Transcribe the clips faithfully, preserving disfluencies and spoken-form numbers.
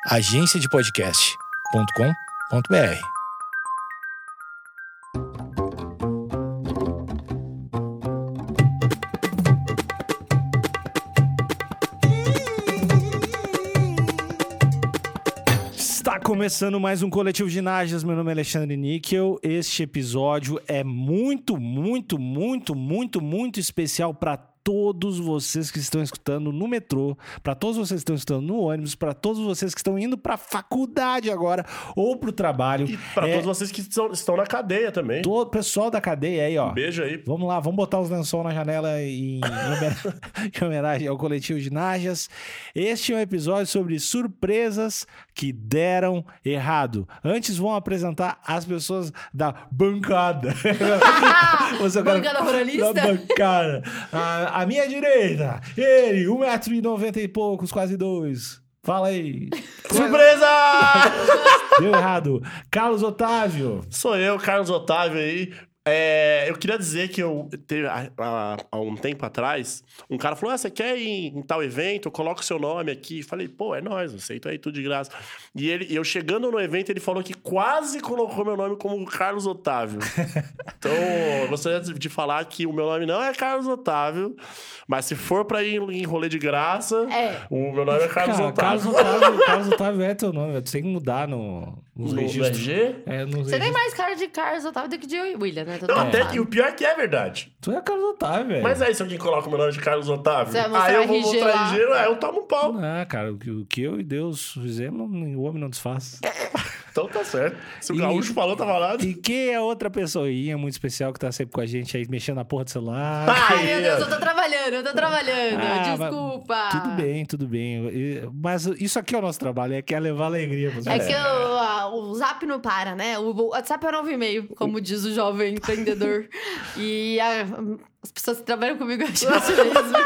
agência de podcast ponto com ponto b r. Está começando mais um Coletivo Ginásias. Meu nome é Alexandre Níquel. Este episódio é muito, muito, muito, muito, muito especial para todos vocês que estão escutando no metrô, para todos vocês que estão escutando no ônibus, para todos vocês que estão indo para a faculdade agora ou para o trabalho. E para é, todos vocês que estão, estão na cadeia também. Todo o pessoal da cadeia aí, ó. Um beijo aí. Vamos lá, vamos botar os lençol na janela em, em homenagem ao Coletivo Ginásias. Este é um episódio sobre surpresas que deram errado. Antes vão apresentar as pessoas da bancada. Você bancada ruralista? Da bancada. A, a minha direita, ele, um metro e noventa e poucos, quase dois. Fala aí. Surpresa! Deu errado. Carlos Otávio. Sou eu, Carlos Otávio aí. É, eu queria dizer que eu teve, há, há um tempo atrás, um cara falou: ah, você quer ir em tal evento? Coloca o seu nome aqui. Falei, pô, é nóis, aceito aí tudo de graça. E ele, eu chegando no evento, ele falou que quase colocou meu nome como Carlos Otávio. Então, eu gostaria de falar que o meu nome não é Carlos Otávio, mas se for pra ir em rolê de graça, é. o meu nome é Carlos Cara, Otávio. Carlos Otávio. Carlos Otávio é teu nome, tu tem que mudar no, nos No registros. R G? É, nos Você tem registros. mais cara de Carlos Otávio do que de William, né? Todo Não, mundo até sabe. que o pior é que é verdade. Tu é Carlos Otávio, velho. Mas aí, se alguém coloca o meu nome de Carlos Otávio, Você vai mostrar aí eu vou R G mostrar lá. R G, aí eu tomo um pau. Ah, cara, o que, o que eu e Deus fizemos, o homem não desfaz. Então tá certo. Se o E- gaúcho falou, tá falado. E quem é outra pessoinha muito especial que tá sempre com a gente aí, mexendo na porra do celular? Ai, meu Deus, eu tô trabalhando, eu tô trabalhando. Ah, mas- Desculpa. Tudo bem, tudo bem. E- Mas isso aqui é o nosso trabalho, é que é levar alegria pros É outros. que o, a- o Zap não para, né? O WhatsApp é o novo e-mail, como diz o jovem empreendedor. E a- as pessoas que trabalham comigo acham isso mesmo.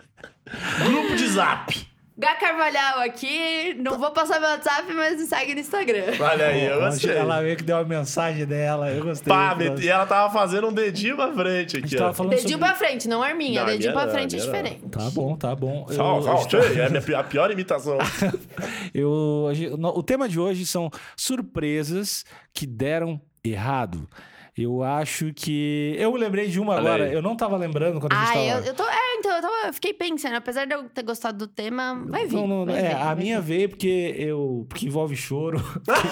Grupo de zap. Gá Carvalhal aqui, não vou passar meu WhatsApp, mas me segue no Instagram. Olha aí, eu Ela- gostei. Ela veio que deu uma mensagem dela, eu gostei. Pá, Nossa. e ela tava fazendo um dedinho pra frente A aqui, gente tava ó. falando Dedinho sobre... pra frente, não arminha. Não, Dedinho minha pra não, frente é minha não. diferente. Tá bom, tá bom. Fala, Eu- fala, eu- é a, minha, pi- a pior imitação. Eu, a gente- no- o tema de hoje são surpresas que deram errado. Eu acho que... Eu lembrei de uma Olha agora. aí. Eu não tava lembrando quando a gente Ah, tava... eu, eu tô. É, então, eu, tava, eu fiquei pensando, apesar de eu ter gostado do tema, vai vir. Não, não, vai é, vir, a vai minha vir. veio porque eu... Porque envolve choro.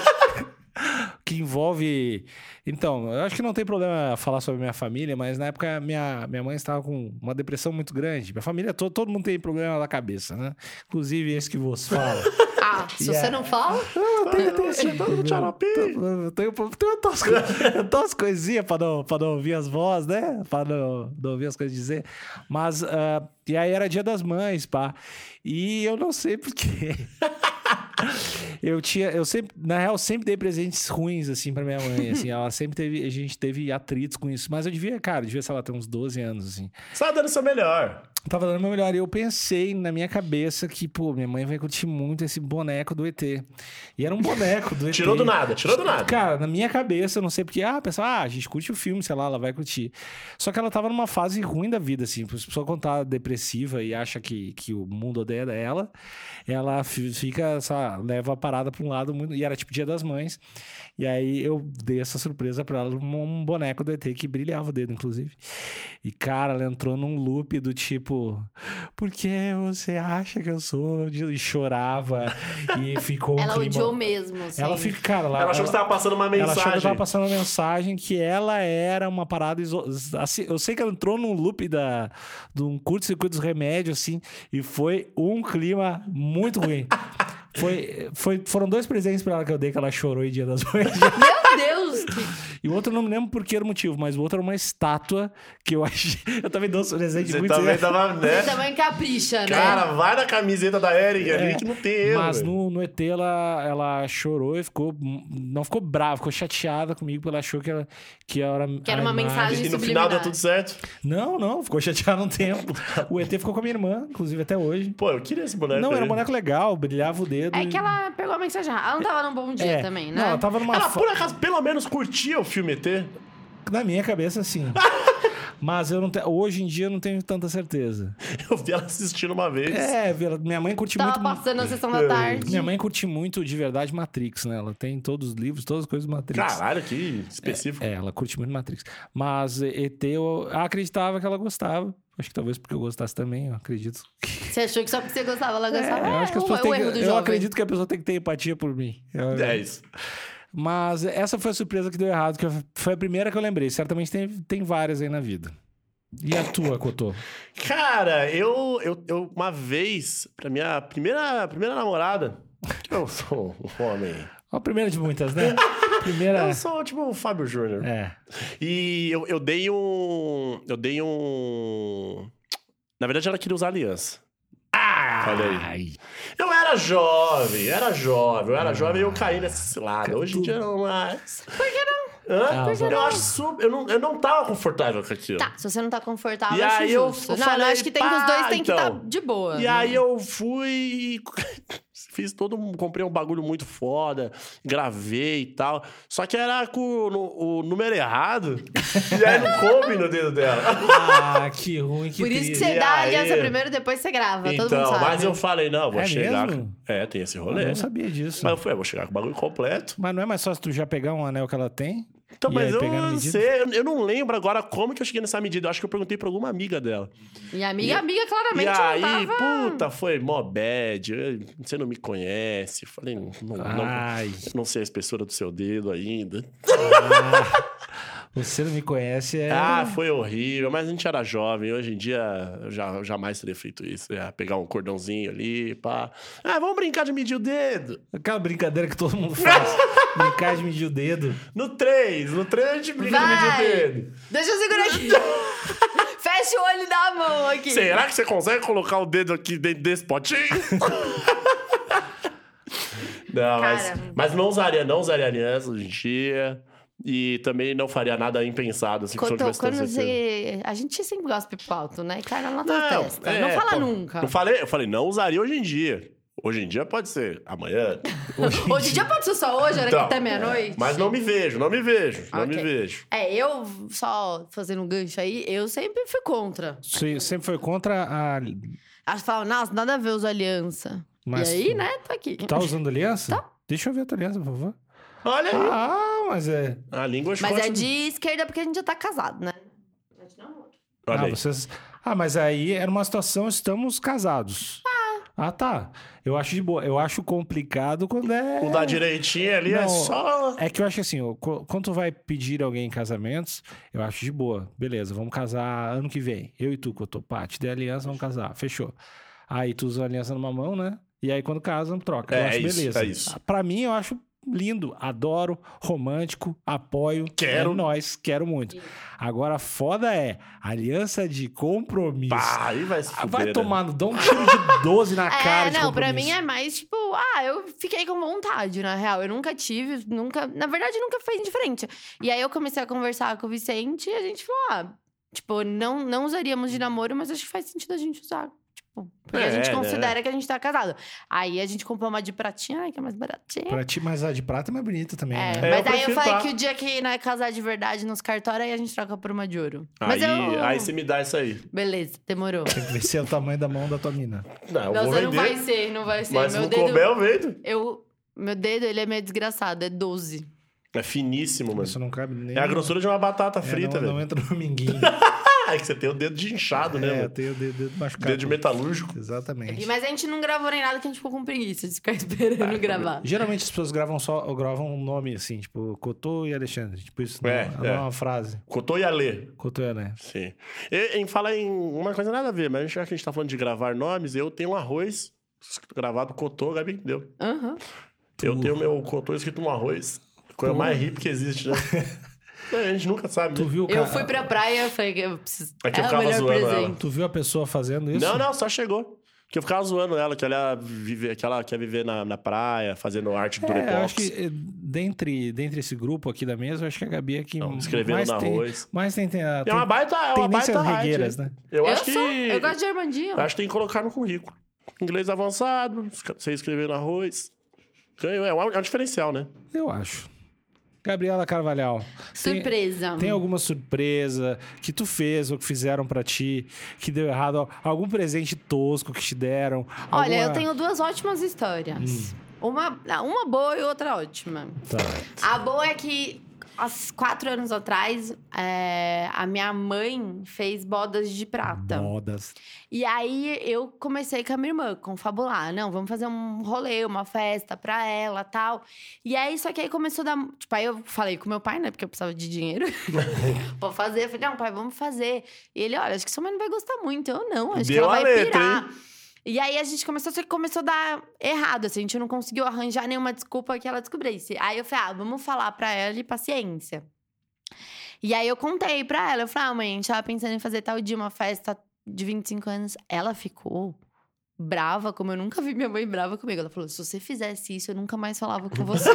que envolve... Então, eu acho que não tem problema falar sobre minha família, mas na época minha, minha mãe estava com uma depressão muito grande. Minha família, todo, todo mundo tem problema da cabeça, né? Inclusive esse que vos fala. Ah, se Yeah. você não fala. Eu tenho, tenho, esse Todo mundo xarope. eu tenho, tenho umas coisas- eu tenho umas coisinhas pra não, pra não ouvir as vozes, né? Pra não, não ouvir as coisas dizer. Mas, ah, e aí era dia das mães, pá. E eu não sei porquê. Eu tinha, eu sempre, na real, sempre dei presentes ruins, assim, pra minha mãe, assim. Ela sempre teve, a gente teve atritos com isso. Mas eu devia, cara, devia, sei lá, ter uns doze anos, assim. Você tá dando o seu melhor. Tava dando o meu melhor. E eu pensei na minha cabeça que, pô, minha mãe vai curtir muito esse boneco do E T. E era um boneco do E T. Tirou do nada, tirou do nada. Cara, na minha cabeça, eu não sei porque, ah, pessoal, ah, a gente curte o filme, sei lá, ela vai curtir. Só que ela tava numa fase ruim da vida, assim. As pessoas quando tá depressiva e acha que, que o mundo odeia ela, ela fi- fica, sabe, leva a parada pra um lado muito... E era tipo Dia das Mães. E aí eu dei essa surpresa pra ela, um, um boneco do E T que brilhava o dedo, inclusive. E, cara, ela entrou num loop do tipo, por que você acha que eu sou? E chorava e ficou um Ela clima... odiou mesmo, assim. Ela fica, cara, ela, Ela achou que você tava passando uma ela achou que eu mensagem. tava passando uma mensagem que ela era uma parada... Iso... Assim, eu sei que ela entrou num loop da... de um curto-circuito dos remédios, assim, e foi um clima muito ruim. Foi, foi, foram dois presentes pra ela que eu dei, que ela chorou em Dia das Mães. Meu Deus! que- E o outro eu não me lembro por que era o motivo, mas o outro era uma estátua que eu achei... Eu também dou um presente Você muito... também tava, né? Você também capricha, né? Cara, vai na camiseta da Eric ali É, que não tem erro. Mas velho. no, no E T ela, ela chorou e ficou... Não ficou brava, ficou chateada comigo, porque ela achou que, ela, que era... Que era a uma imagem- mensagem E no subliminar. final deu tudo certo. Não, não, ficou chateado um tempo. O E T ficou com a minha irmã, inclusive até hoje. Pô, eu queria esse boneco. Não, era um aí. boneco legal, brilhava o dedo. É e- que ela pegou a mensagem errada. Ela não tava num bom dia É, também, né? Não, ela tava numa... Ela, fa- por acaso, pelo menos curtia o filme E T. Na minha cabeça, sim. Mas eu não te... hoje em dia eu não tenho tanta certeza. Eu vi ela assistindo uma vez. É, vi ela- minha mãe curte Tava muito... passando a sessão da tarde. Minha mãe curte muito, de verdade, Matrix, né? Ela tem todos os livros, todas as coisas do Matrix. Caralho, que específico. É, ela curte muito Matrix. Mas E T, eu acreditava que ela gostava. Acho que talvez porque eu gostasse também, eu acredito. Você achou que só porque você gostava, ela gostava? É, eu acho que as o, pessoas o têm erro que, do Eu jovem. acredito que a pessoa tem que ter empatia por mim. Eu- É isso. Mas essa foi a surpresa que deu errado, que foi a primeira que eu lembrei. Certamente tem, tem várias aí na vida. E a tua, Cotô? Cara, eu, eu, eu uma vez, pra minha primeira, primeira namorada, eu sou um homem. A primeira de muitas, né? Primeira. Eu sou tipo o Fábio Júnior. É. E eu, eu dei um. Eu dei um. Na verdade, ela queria usar aliança. Ah! Olha aí. Eu era jovem, eu era jovem, eu era jovem e eu caí nessa cilada. Hoje em dia não mais. Por que não? Hã? Ah, Porque eu não. acho super. Eu não, eu não tava confortável com aquilo. Tá, se você não tá confortável, E acho aí eu- justo. eu não, falei, eu acho que tem que os pá, dois tem que estar então. de boa. E aí eu fui e fiz todo um... Comprei um bagulho muito foda, gravei e tal. Só que era com o, no- o número errado. E aí não coube no dedo dela. Ah, que ruim, que Por isso que triste. você E dá a aí? aliança primeiro, depois você grava. todo mundo Então, sabe. mas eu falei, não, vou É chegar... mesmo? É, tem esse Eu rolê. não sabia disso. Mas eu falei, vou chegar com o bagulho completo. Mas não é mais fácil tu já pegar um anel que ela tem? Então, E mas aí eu pegar na não medida? sei, eu- eu não lembro agora como que eu cheguei nessa medida. Eu acho que eu perguntei pra alguma amiga dela. E a amiga, E- a amiga claramente E aí, não tava... puta, foi mó bad. eu- Você não me conhece. Eu falei, não, não, Ai. eu não sei a espessura do seu dedo ainda. Você não me conhece, é... Ah, foi horrível, mas a gente era jovem. Hoje em dia, eu já, eu jamais teria feito isso. Ia pegar um cordãozinho ali, pá. Ah, vamos brincar de medir o dedo. Aquela brincadeira que todo mundo faz. Brincar de medir o dedo. No três, no três a gente brinca de medir o Vai! dedo. Deixa eu segurar aqui. Fecha o olho e dá a mão aqui. Será que você consegue colocar o dedo aqui dentro desse potinho? Não, mas, Cara. mas não usaria, não usaria aliança hoje em dia. E também não faria nada impensado, assim, Quando, se eu tivesse quando tendo certeza. você... A gente sempre gosta de pro alto, né? E cai na nossa Não, testa. é, não fala pô, nunca. Não falei, eu falei, não usaria hoje em dia. Hoje em dia pode ser amanhã. Hoje em dia pode ser só hoje, era Então, que até meia-noite. Mas não me vejo, não me vejo, não Ok. me vejo. É, eu, só fazendo um gancho aí, eu sempre fui contra. Você sempre foi contra a... Acho que falam, nossa, nada a ver os aliança. Mas e aí, tu- né, tô aqui. Tá usando aliança? Tá. Deixa eu ver a tua aliança, por favor. Olha aí. Ah, mas é... A língua Mas esconde- é de esquerda porque a gente já tá casado, né? A gente namora. Olha ah, aí. vocês... ah, mas aí era uma situação, estamos casados. Ah, tá. Eu acho de boa. Eu acho complicado quando é... O da direitinha ali é Não, só... É que eu acho assim, ó, qu- quando tu vai pedir alguém em casamentos, eu acho de boa. Beleza, vamos casar ano que vem. Eu e tu, Cotô. Pá, te dei aliança, vamos casar. Fechou. Aí tu usa a aliança numa mão, né? E aí quando casam, troca. Eu É, acho é isso, beleza. é isso. Pra mim, eu acho lindo. Adoro, romântico, apoio. Quero. É nóis, quero muito. Agora, foda é aliança de compromisso. Pá, aí vai se Ah, fuder, vai né? tomar, dá um tiro de doze na cara É, de não, pra compromisso. mim é mais tipo, ah, eu fiquei com vontade, na real. Eu nunca tive, nunca. Na verdade, nunca foi indiferente. E aí eu comecei a conversar com o Vicente e a gente falou, ah, tipo, não, não usaríamos de namoro, mas acho que faz sentido a gente usar. Tipo, porque a É, gente né? considera que a gente tá casado. Aí a gente comprou uma de pratinha, ai, que é mais baratinha. Pra ti, mas a de prata é mais bonita também, É, né? É, mas eu aí eu prefiro falei tá. que o dia que nós casar de verdade nos cartórios, aí a gente troca por uma de ouro. Aí, Mas eu... aí você me dá isso aí. Beleza, demorou. Tem que ver se é o tamanho da mão da tua mina. Não, eu Não, vou você vender. não vai ser, não vai ser. Mas meu se não dedo, couber, eu vendo. eu, meu dedo, ele é meio desgraçado, é doze. É finíssimo, mano. Isso não cabe nem... É a grossura de uma batata É, frita, não, não velho. entra no minguinho. É que você tem o dedo de inchado, né, É, mano? tem o dedo, dedo machucado. Dedo de metalúrgico. Exatamente. Mas a gente não gravou nem nada que a gente ficou com preguiça de ficar esperando gravar. Geralmente as pessoas gravam só, ou gravam um nome assim, tipo Cotô e Alexandre. Tipo isso, É, não, é. não é uma frase. Cotô e Alê. Cotô e Alexandre. Sim. E, em falar em uma coisa nada a ver, mas já que a gente tá falando de gravar nomes, eu tenho um arroz gravado Cotô, Gabi deu. Aham. Eu tenho meu Cotô escrito no arroz. Coisa Tu- mais hippie que existe, né? É, a gente nunca sabe, Tu né? viu, o Eu ca- fui pra praia, eu falei que eu preciso. É que eu é o ficava melhor zoando ela. presente. Tu viu a pessoa fazendo isso? Não, não, só chegou. Que eu ficava zoando ela, que ela, vive, que ela quer viver na, na praia, fazendo arte do É, eu Durepox. acho que eh, dentre, dentre esse grupo aqui da mesa, eu acho que a Gabi é que Não, escrevendo mais no tem, arroz. mais tem, tem, a- É uma baita, é uma tendências baita arte, regueiras, né? né? Eu, Eu acho que... sou, eu gosto de Armandinho. Eu acho que tem que colocar no currículo. Inglês avançado, você escrever no arroz. Ganhou, é um, é um diferencial, né? Eu acho. Gabriela Carvalhal. Tem, Surpresa. tem alguma surpresa que tu fez ou que fizeram pra ti, que deu errado? Algum presente tosco que te deram? Olha, alguma... eu tenho duas ótimas histórias. Hum. Uma, uma boa e outra ótima. Tá. A boa é que, há quatro anos atrás, é, a minha mãe fez bodas de prata. Bodas. E aí, eu comecei com a minha irmã, confabular. Não, vamos fazer um rolê, uma festa pra ela, tal. E aí, só que aí começou a dar... Tipo, aí eu falei com meu pai, né? Porque eu precisava de dinheiro. Pra fazer. Eu falei, não, pai, vamos fazer. E ele, olha, acho que sua mãe não vai gostar muito. Eu, não, acho Deu que ela a vai letra, pirar. hein? E aí, a gente começou, só que começou a dar errado, assim. A gente não conseguiu arranjar nenhuma desculpa que ela descobrisse. Aí, eu falei, ah, vamos falar pra ela e paciência. E aí, eu contei pra ela. Eu falei, ah, mãe, a gente tava pensando em fazer tal dia uma festa de vinte e cinco anos. Ela ficou brava, como eu nunca vi minha mãe brava comigo. Ela falou, se você fizesse isso, eu nunca mais falava com você.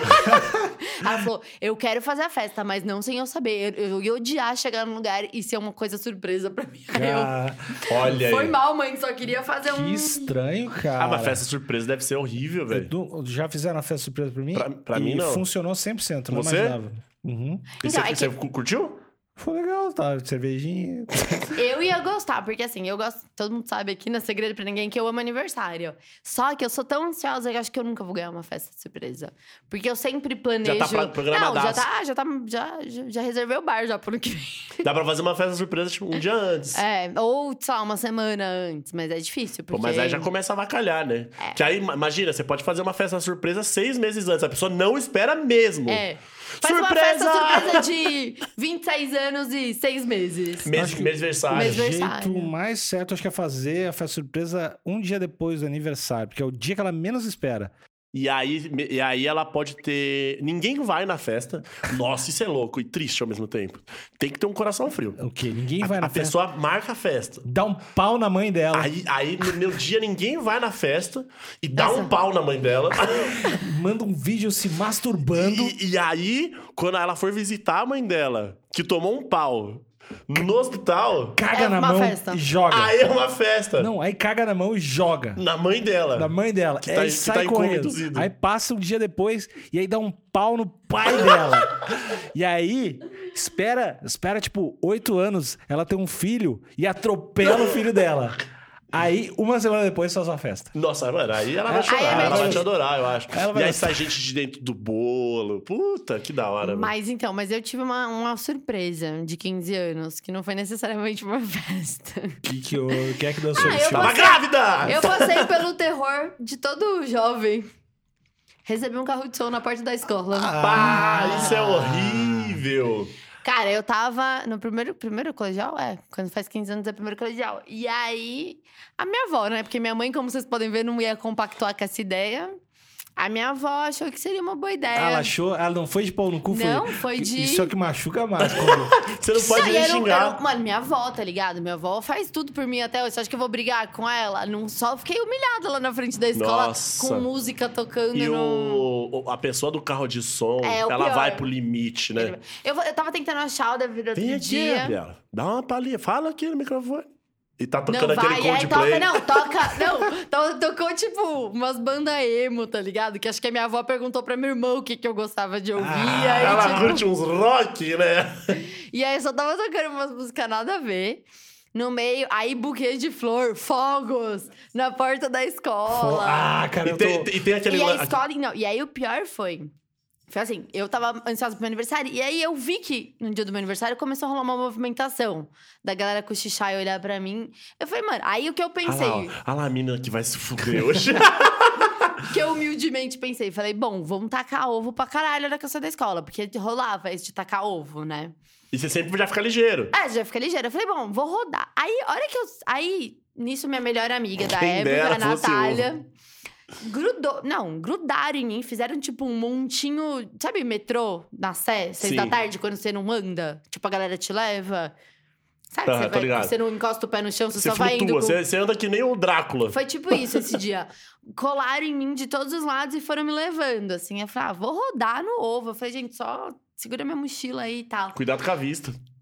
Ela falou, eu quero fazer a festa, mas não sem eu saber. Eu, eu ia odiar chegar num lugar e ser uma coisa surpresa pra mim. Aí Ah, eu, olha Foi aí. mal, mãe, só queria fazer que um... estranho, cara. Ah, mas festa surpresa deve ser horrível, velho. Tu- Já fizeram uma festa surpresa pra mim? Pra- pra e mim, não. funcionou cem por cento, não Você? imaginava. Uhum. E Então, você, é que- você curtiu? Foi legal, tá? Cervejinha. Eu ia gostar, porque assim, eu gosto... Todo mundo sabe aqui, não é segredo pra ninguém, que eu amo aniversário. Só que eu sou tão ansiosa que eu acho que eu nunca vou ganhar uma festa surpresa. Porque eu sempre planejo... Já tá pra- programadaço. Não, já tá... Já, tá, já, já, já reservei o bar já pro ano que vem. Dá pra fazer uma festa surpresa tipo, um dia antes. É, ou, sei lá, uma semana antes. Mas é difícil, porque... Pô, mas aí já começa a avacalhar, né? É. Que aí, imagina, você pode fazer uma festa surpresa seis meses antes. A pessoa não espera mesmo. É. Faz Surpresa! uma festa surpresa de vinte e seis anos e seis meses. Mês, Acho que- mêsversário. O Mês- Aniversário. jeito mais certo, acho que é fazer a festa surpresa um dia depois do aniversário, porque é o dia que ela menos espera. E aí, e aí ela pode ter... Ninguém vai na festa. Nossa, isso é louco e triste ao mesmo tempo. Tem que ter um coração frio. O quê? Ninguém vai A, na a festa. pessoa marca a festa. Dá um pau na mãe dela. Aí, aí, no meu dia, ninguém vai na festa e dá Nossa. um pau na mãe dela. Manda um vídeo se masturbando. E, e aí, quando ela for visitar a mãe dela, que tomou um pau no hospital, Caga É na uma mão festa. e joga. aí é uma festa. Não, aí caga na mão e joga. Na mãe dela. Da mãe dela. Que aí tá- que sai tá em coma correndo. induzido. Aí passa um dia depois e aí dá um pau no pai dela. E aí, espera, espera tipo oito anos, ela tem um filho e atropela o filho dela. Aí, uma semana depois, faz uma festa. Nossa, mano, aí ela vai Aí chorar, é ela vai verdade. te adorar, eu acho. Ela vai E aí gostar. sai gente de dentro do bolo. Puta, que da hora, velho. Mas então, mas eu tive uma, uma surpresa de quinze anos, que não foi necessariamente uma festa. Que que, o que é que deu eu sorte? Tava passei- grávida! Eu passei pelo terror de todo jovem. Recebi um carro de som na porta da escola. Pá, isso é horrível. Cara, eu tava no primeiro, primeiro colegial, é. Quando faz quinze anos é primeiro colegial. E aí, a minha avó, né? Porque minha mãe, como vocês podem ver, não ia compactuar com essa ideia. A minha avó achou que seria uma boa ideia. Ela achou, ela não foi de pau no cu, foi. Não, foi de- Isso é o que machuca mais. Quando... Você não pode Não, e nem eu não- xingar. eu não- mano, minha avó, tá ligado? Minha avó faz tudo por mim até hoje. Você acha que eu vou brigar com ela? Não, só fiquei humilhada lá na frente da escola Nossa. com música tocando E no... o, o- a pessoa do carro de som, É, o ela pior. vai pro limite, né? Eu, eu tava tentando achar o da vida Vem do aqui, dia. Gabriela. Dá uma palhinha. Fala aqui no microfone. E tá tocando Não, aquele vai, aí Coldplay. toca, não, toca, não, to- tocou, tipo, umas bandas emo, tá ligado? Que acho que a minha avó perguntou pra minha irmã o que, que eu gostava de ouvir, Ah, aí, Ela tipo, curte uns rock, né? e aí só tava tocando umas músicas nada a ver, no meio, aí buquê de flor, fogos, na porta da escola. Ah, cara, E eu tô... tem, e tem aquele... E a lan- escola, não, e aí o pior foi... Foi assim, eu tava ansiosa pro meu aniversário, e aí eu vi que no dia do meu aniversário começou a rolar uma movimentação da galera cochichar e olhar pra mim. Eu falei, mano, aí o que eu pensei, Ah lá, ó. Ah lá a mina que vai se fuder hoje. que eu humildemente pensei, falei, bom, vamos tacar ovo pra caralho na canção da escola, porque rolava esse de tacar ovo, né? E você sempre já fica ligeiro. É, já fica ligeira. Eu falei, bom, vou rodar. Aí, a hora que eu. Aí, nisso, minha melhor amiga da Quem época, dera a fosse Natália. Grudou. Não, grudaram em mim, fizeram tipo um montinho. Sabe, metrô na Sé, seis Sim. da tarde, quando você não anda? Tipo, a galera te leva. Sabe, Aham, você, tô vai, ligado. você não encosta o pé no chão, você, Você só vai indo. flutua, com- você, você anda que nem o Drácula. Foi tipo isso esse dia. Colaram em mim de todos os lados e foram me levando, assim. Eu falei, ah, vou rodar no ovo. Eu falei, gente, só segura minha mochila aí e tal. Cuidado com a vista.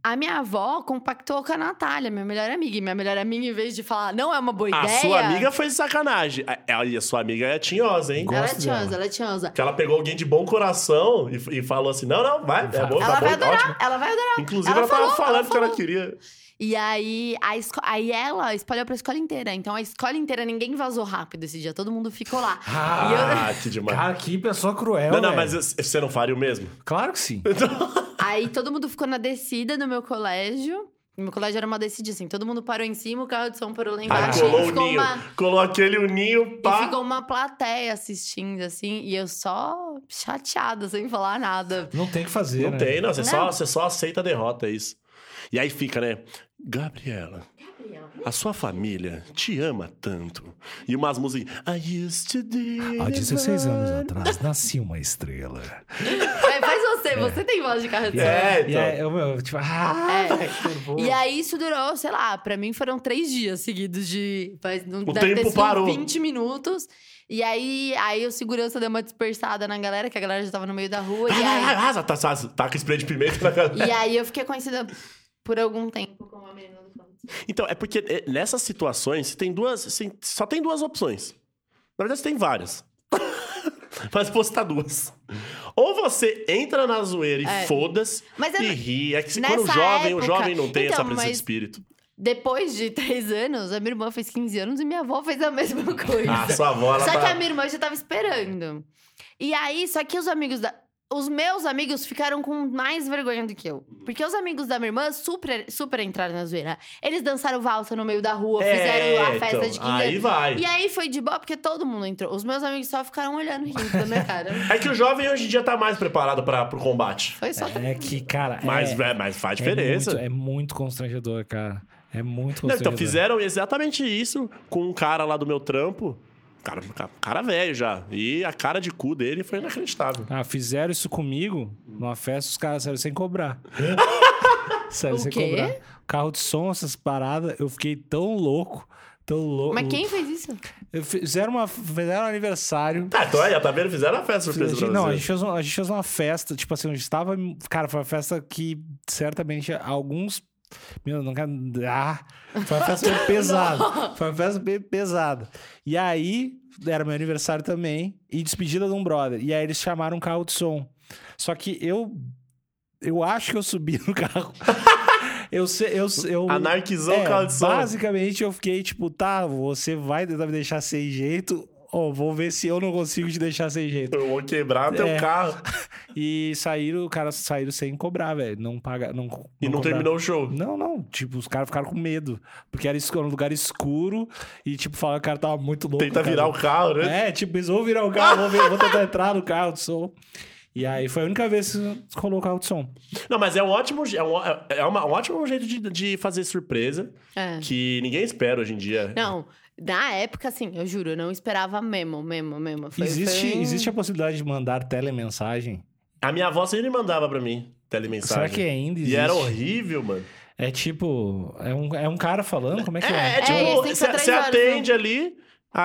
A minha avó compactou com a Natália, minha melhor amiga. E minha melhor amiga, em vez de falar, não é uma boa A ideia... sua amiga foi de sacanagem. A, a sua amiga é tinhosa, hein? Ela é Gosto tinhosa, dela. ela é tinhosa. Que ela pegou alguém de bom coração e, e falou assim, não, não, vai, é bom, Ela tá vai bom, adorar, ótimo. ela vai adorar. Inclusive, Ela ela, tava falou, falando ela que ela falou. queria... E aí, a esco... aí ela espalhou pra escola inteira. Então, a escola inteira, ninguém vazou rápido esse dia. Todo mundo ficou lá. Ah, Ah, que demais. Cara, que pessoa cruel, não, não, velho. mas você não faria o mesmo? Claro que sim. Aí, todo mundo ficou na descida do meu colégio. Meu colégio era uma descida, assim. Todo mundo parou em cima, o carro de som parou lá Aí embaixo. colou e o ficou ninho, uma... colou aquele o ninho, E pá. ficou uma plateia assistindo, assim. E eu só chateada, sem falar nada. Não tem o que fazer, Não né? tem, não. Você, Não. Só, você só aceita a derrota, é isso. E aí fica, né? Gabriela, a sua família te ama tanto. E umas músicas... I used to do Há dezesseis anos atrás, nasci uma estrela. Vai, faz você, você tem voz de carro de som. É, E então. aí, eu, eu, tipo, ah, É. velho, que nervoso. E aí, isso durou, sei lá, pra mim foram três dias seguidos de... Faz, não O deve ter tempo sido parou. vinte minutos. E aí, aí o segurança deu uma dispersada na galera, que a galera já tava no meio da rua. E aí, Ah, ah, tá, tá, tá com spray de pimenta na galera. e aí eu fiquei conhecida por algum tempo como a menina do canto. Então, é porque é, nessas situações, você tem duas, assim, só tem duas opções. Na verdade, você tem várias. Mas postar duas. Ou você entra na zoeira e É. foda-se Mas é- e ri. É que se- nessa quando o jovem, o época- jovem não tem Então, essa presença mas- de espírito. Depois de três anos, a minha irmã fez quinze anos e minha avó fez a mesma coisa. Ah, sua avó, ela Só tá... que a minha irmã já tava esperando. E aí, só que os amigos da... Os meus amigos ficaram com mais vergonha do que eu. Porque os amigos da minha irmã super, super entraram na zoeira. Eles dançaram valsa no meio da rua, É, fizeram a festa então, de quinze aí anos. vai. E aí foi de boa, porque todo mundo entrou. Os meus amigos só ficaram olhando rindo da minha cara. É que o jovem hoje em dia tá mais preparado pra, pro combate. Foi só... É que, cara. Mas, é, é, mas faz é diferença. muito, é muito constrangedor, cara. É muito Não, constrangedor. então, fizeram exatamente isso com um cara lá do meu trampo. Cara, cara velho já. E a cara de cu dele foi inacreditável. Ah, fizeram isso comigo numa festa, os caras saíram sem cobrar. Sério, O sem quê? cobrar. Carro de som, essas paradas, eu fiquei tão louco, tão louco. Mas quem fez isso? Eu fiz- Fizeram, uma, fizeram um aniversário. Tá, então aí, ó, tá vendo? Fizeram a festa A surpresa gente- pra não, você. a gente, fez uma, a gente fez uma festa, tipo assim, a gente tava. Cara, foi uma festa que certamente alguns. Meu, não quero. Ah, foi uma festa bem pesada. Foi uma festa bem pesada. E aí, era meu aniversário também, e despedida de um brother. E aí eles chamaram um carro de som. Só que eu. Eu acho que eu subi no carro. Eu sei, eu, eu Anarquizou é, o carro de som. Basicamente, eu fiquei tipo, tá, você vai tentar me deixar sem jeito, ou vou ver se eu não consigo te deixar sem jeito. Eu vou quebrar teu É. carro. E saíram, os caras saíram sem cobrar, velho. Não paga, não, E não cobraram. terminou o show. Não, não. Tipo, os caras ficaram com medo. Porque era escuro, um lugar escuro e, tipo, falaram que o cara tava muito louco. Tenta cara. virar o carro, né? É, tipo, eles vão virar o carro, vou, ver, vou tentar entrar no carro de som. E aí foi a única vez que rolou o carro de som. Não, mas é um ótimo, je- é um, é uma- um ótimo jeito de, de fazer surpresa É. que ninguém espera hoje em dia. Não, na época, assim, eu juro, eu não esperava mesmo, mesmo, mesmo. Foi, existe, foi um- existe a possibilidade de mandar telemensagem? A minha avó sempre mandava pra mim telemensagem. Será que ainda existe? E era horrível, mano. É tipo, é um, é um cara falando? Como é que é? É, é É, tipo, esse tem que ser você três você horas, atende ali,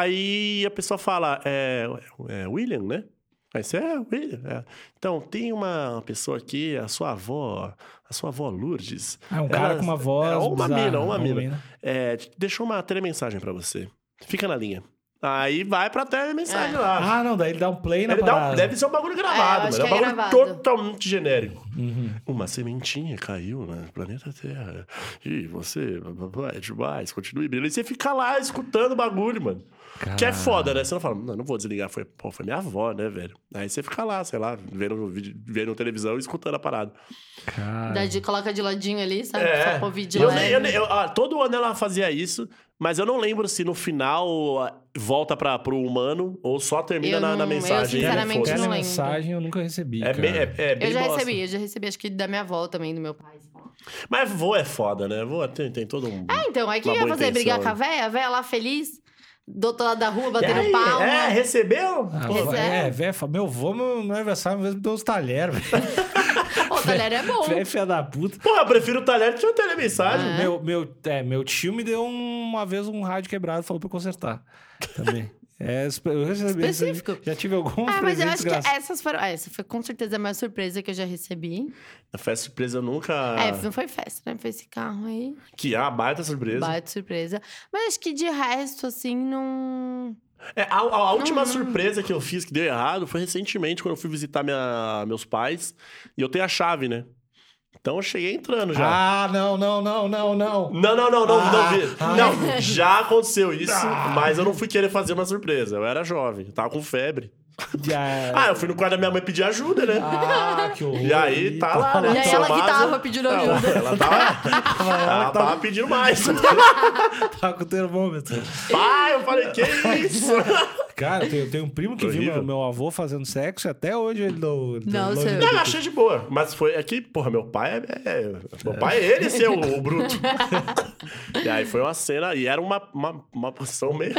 aí a pessoa fala, é, é William, né? Aí você é William. É. Então, tem uma pessoa aqui, a sua avó, a sua avó Lourdes. Ah, um cara ela- com uma voz é, ou uma bizarra, mina, ou uma ou mina. É, deixou uma telemensagem pra você. Fica na linha. Aí vai pra telemensagem É. lá. Ah, não, daí ele dá um play na Ele dá um- parada. deve ser um bagulho É, eu gravado, acho mano. É um que é bagulho gravado. totalmente genérico. Uhum. Uma sementinha caiu no planeta Terra. E você é demais, continue brilhando. E você fica lá escutando o bagulho, mano. Que é foda, né? Você não fala, não, não vou desligar. Foi, pô, foi minha avó, né, velho? Aí você fica lá, sei lá, vendo, vídeo- vendo televisão e escutando a parada. Cara. Dá de, coloca de ladinho ali, sabe? É. Só pra ouvir de Eu, leve. nem- eu, nem- eu- ah, todo ano ela fazia isso, mas eu não lembro se no final ah, volta pra, pro humano ou só termina Eu na, na não- eu, mensagem. sinceramente, foda-se. não lembro. Telemensagem eu nunca recebi, É cara. bem, é, é bem Eu já bosta. recebi, eu já recebi, acho que da minha avó também, do meu pai. Mas vô é foda, né? Vô tem, tem todo um... É, então, aí o que Uma ia boa fazer? Brigar intenção, com a véia? A véia lá feliz, do outro lado da rua, E batendo aí, palma. É, recebeu? Ah, Pois vó- é. é, velho, fala, meu vô, meu, meu aniversário, uma vez me deu uns talheres, velho. O talher é bom. Velho, filha da puta. Pô, eu prefiro o talher que tinha uma telemensagem. É. Meu, meu, é, meu tio me deu um- uma vez um rádio quebrado, falou pra eu consertar. Também. É, eu recebi Específico. Já tive alguns Ah, mas eu acho presentes que essas foram... Essa foi com certeza a maior surpresa que eu já recebi. A festa surpresa eu nunca... É, não foi festa, né? Foi esse carro aí. Que é uma baita surpresa. Baita surpresa. Mas acho que de resto, assim, não... É, a, a última Não, não. surpresa que eu fiz que deu errado foi recentemente, quando eu fui visitar minha, meus pais. E eu tenho a chave, né? Então eu cheguei entrando já. Ah, não, não, não, não, não. Não, não, não, não, Ah, não vi. ah. Não, já aconteceu isso, Ah. mas eu não fui querer fazer uma surpresa. Eu era jovem, eu tava com febre. Já... Ah, eu fui no quarto da minha mãe pedir ajuda, né? Ah, que horror. E aí, tá lá, né? E aí ela que Tomasa. tava pedindo Ela, ajuda. ela tava, Ela ela tava- tava pedindo mais. Tava com o termômetro. Pai, eu falei, que isso? Cara, eu tenho, eu tenho um primo que viu Horrível. meu, meu avô fazendo sexo e até hoje ele não... ele Não, não- seu- Não, eu achei de boa. Mas foi aqui, porra, meu pai é. é- meu pai é ele ser o, o bruto. E aí foi uma cena, e era uma, uma, uma posição meio.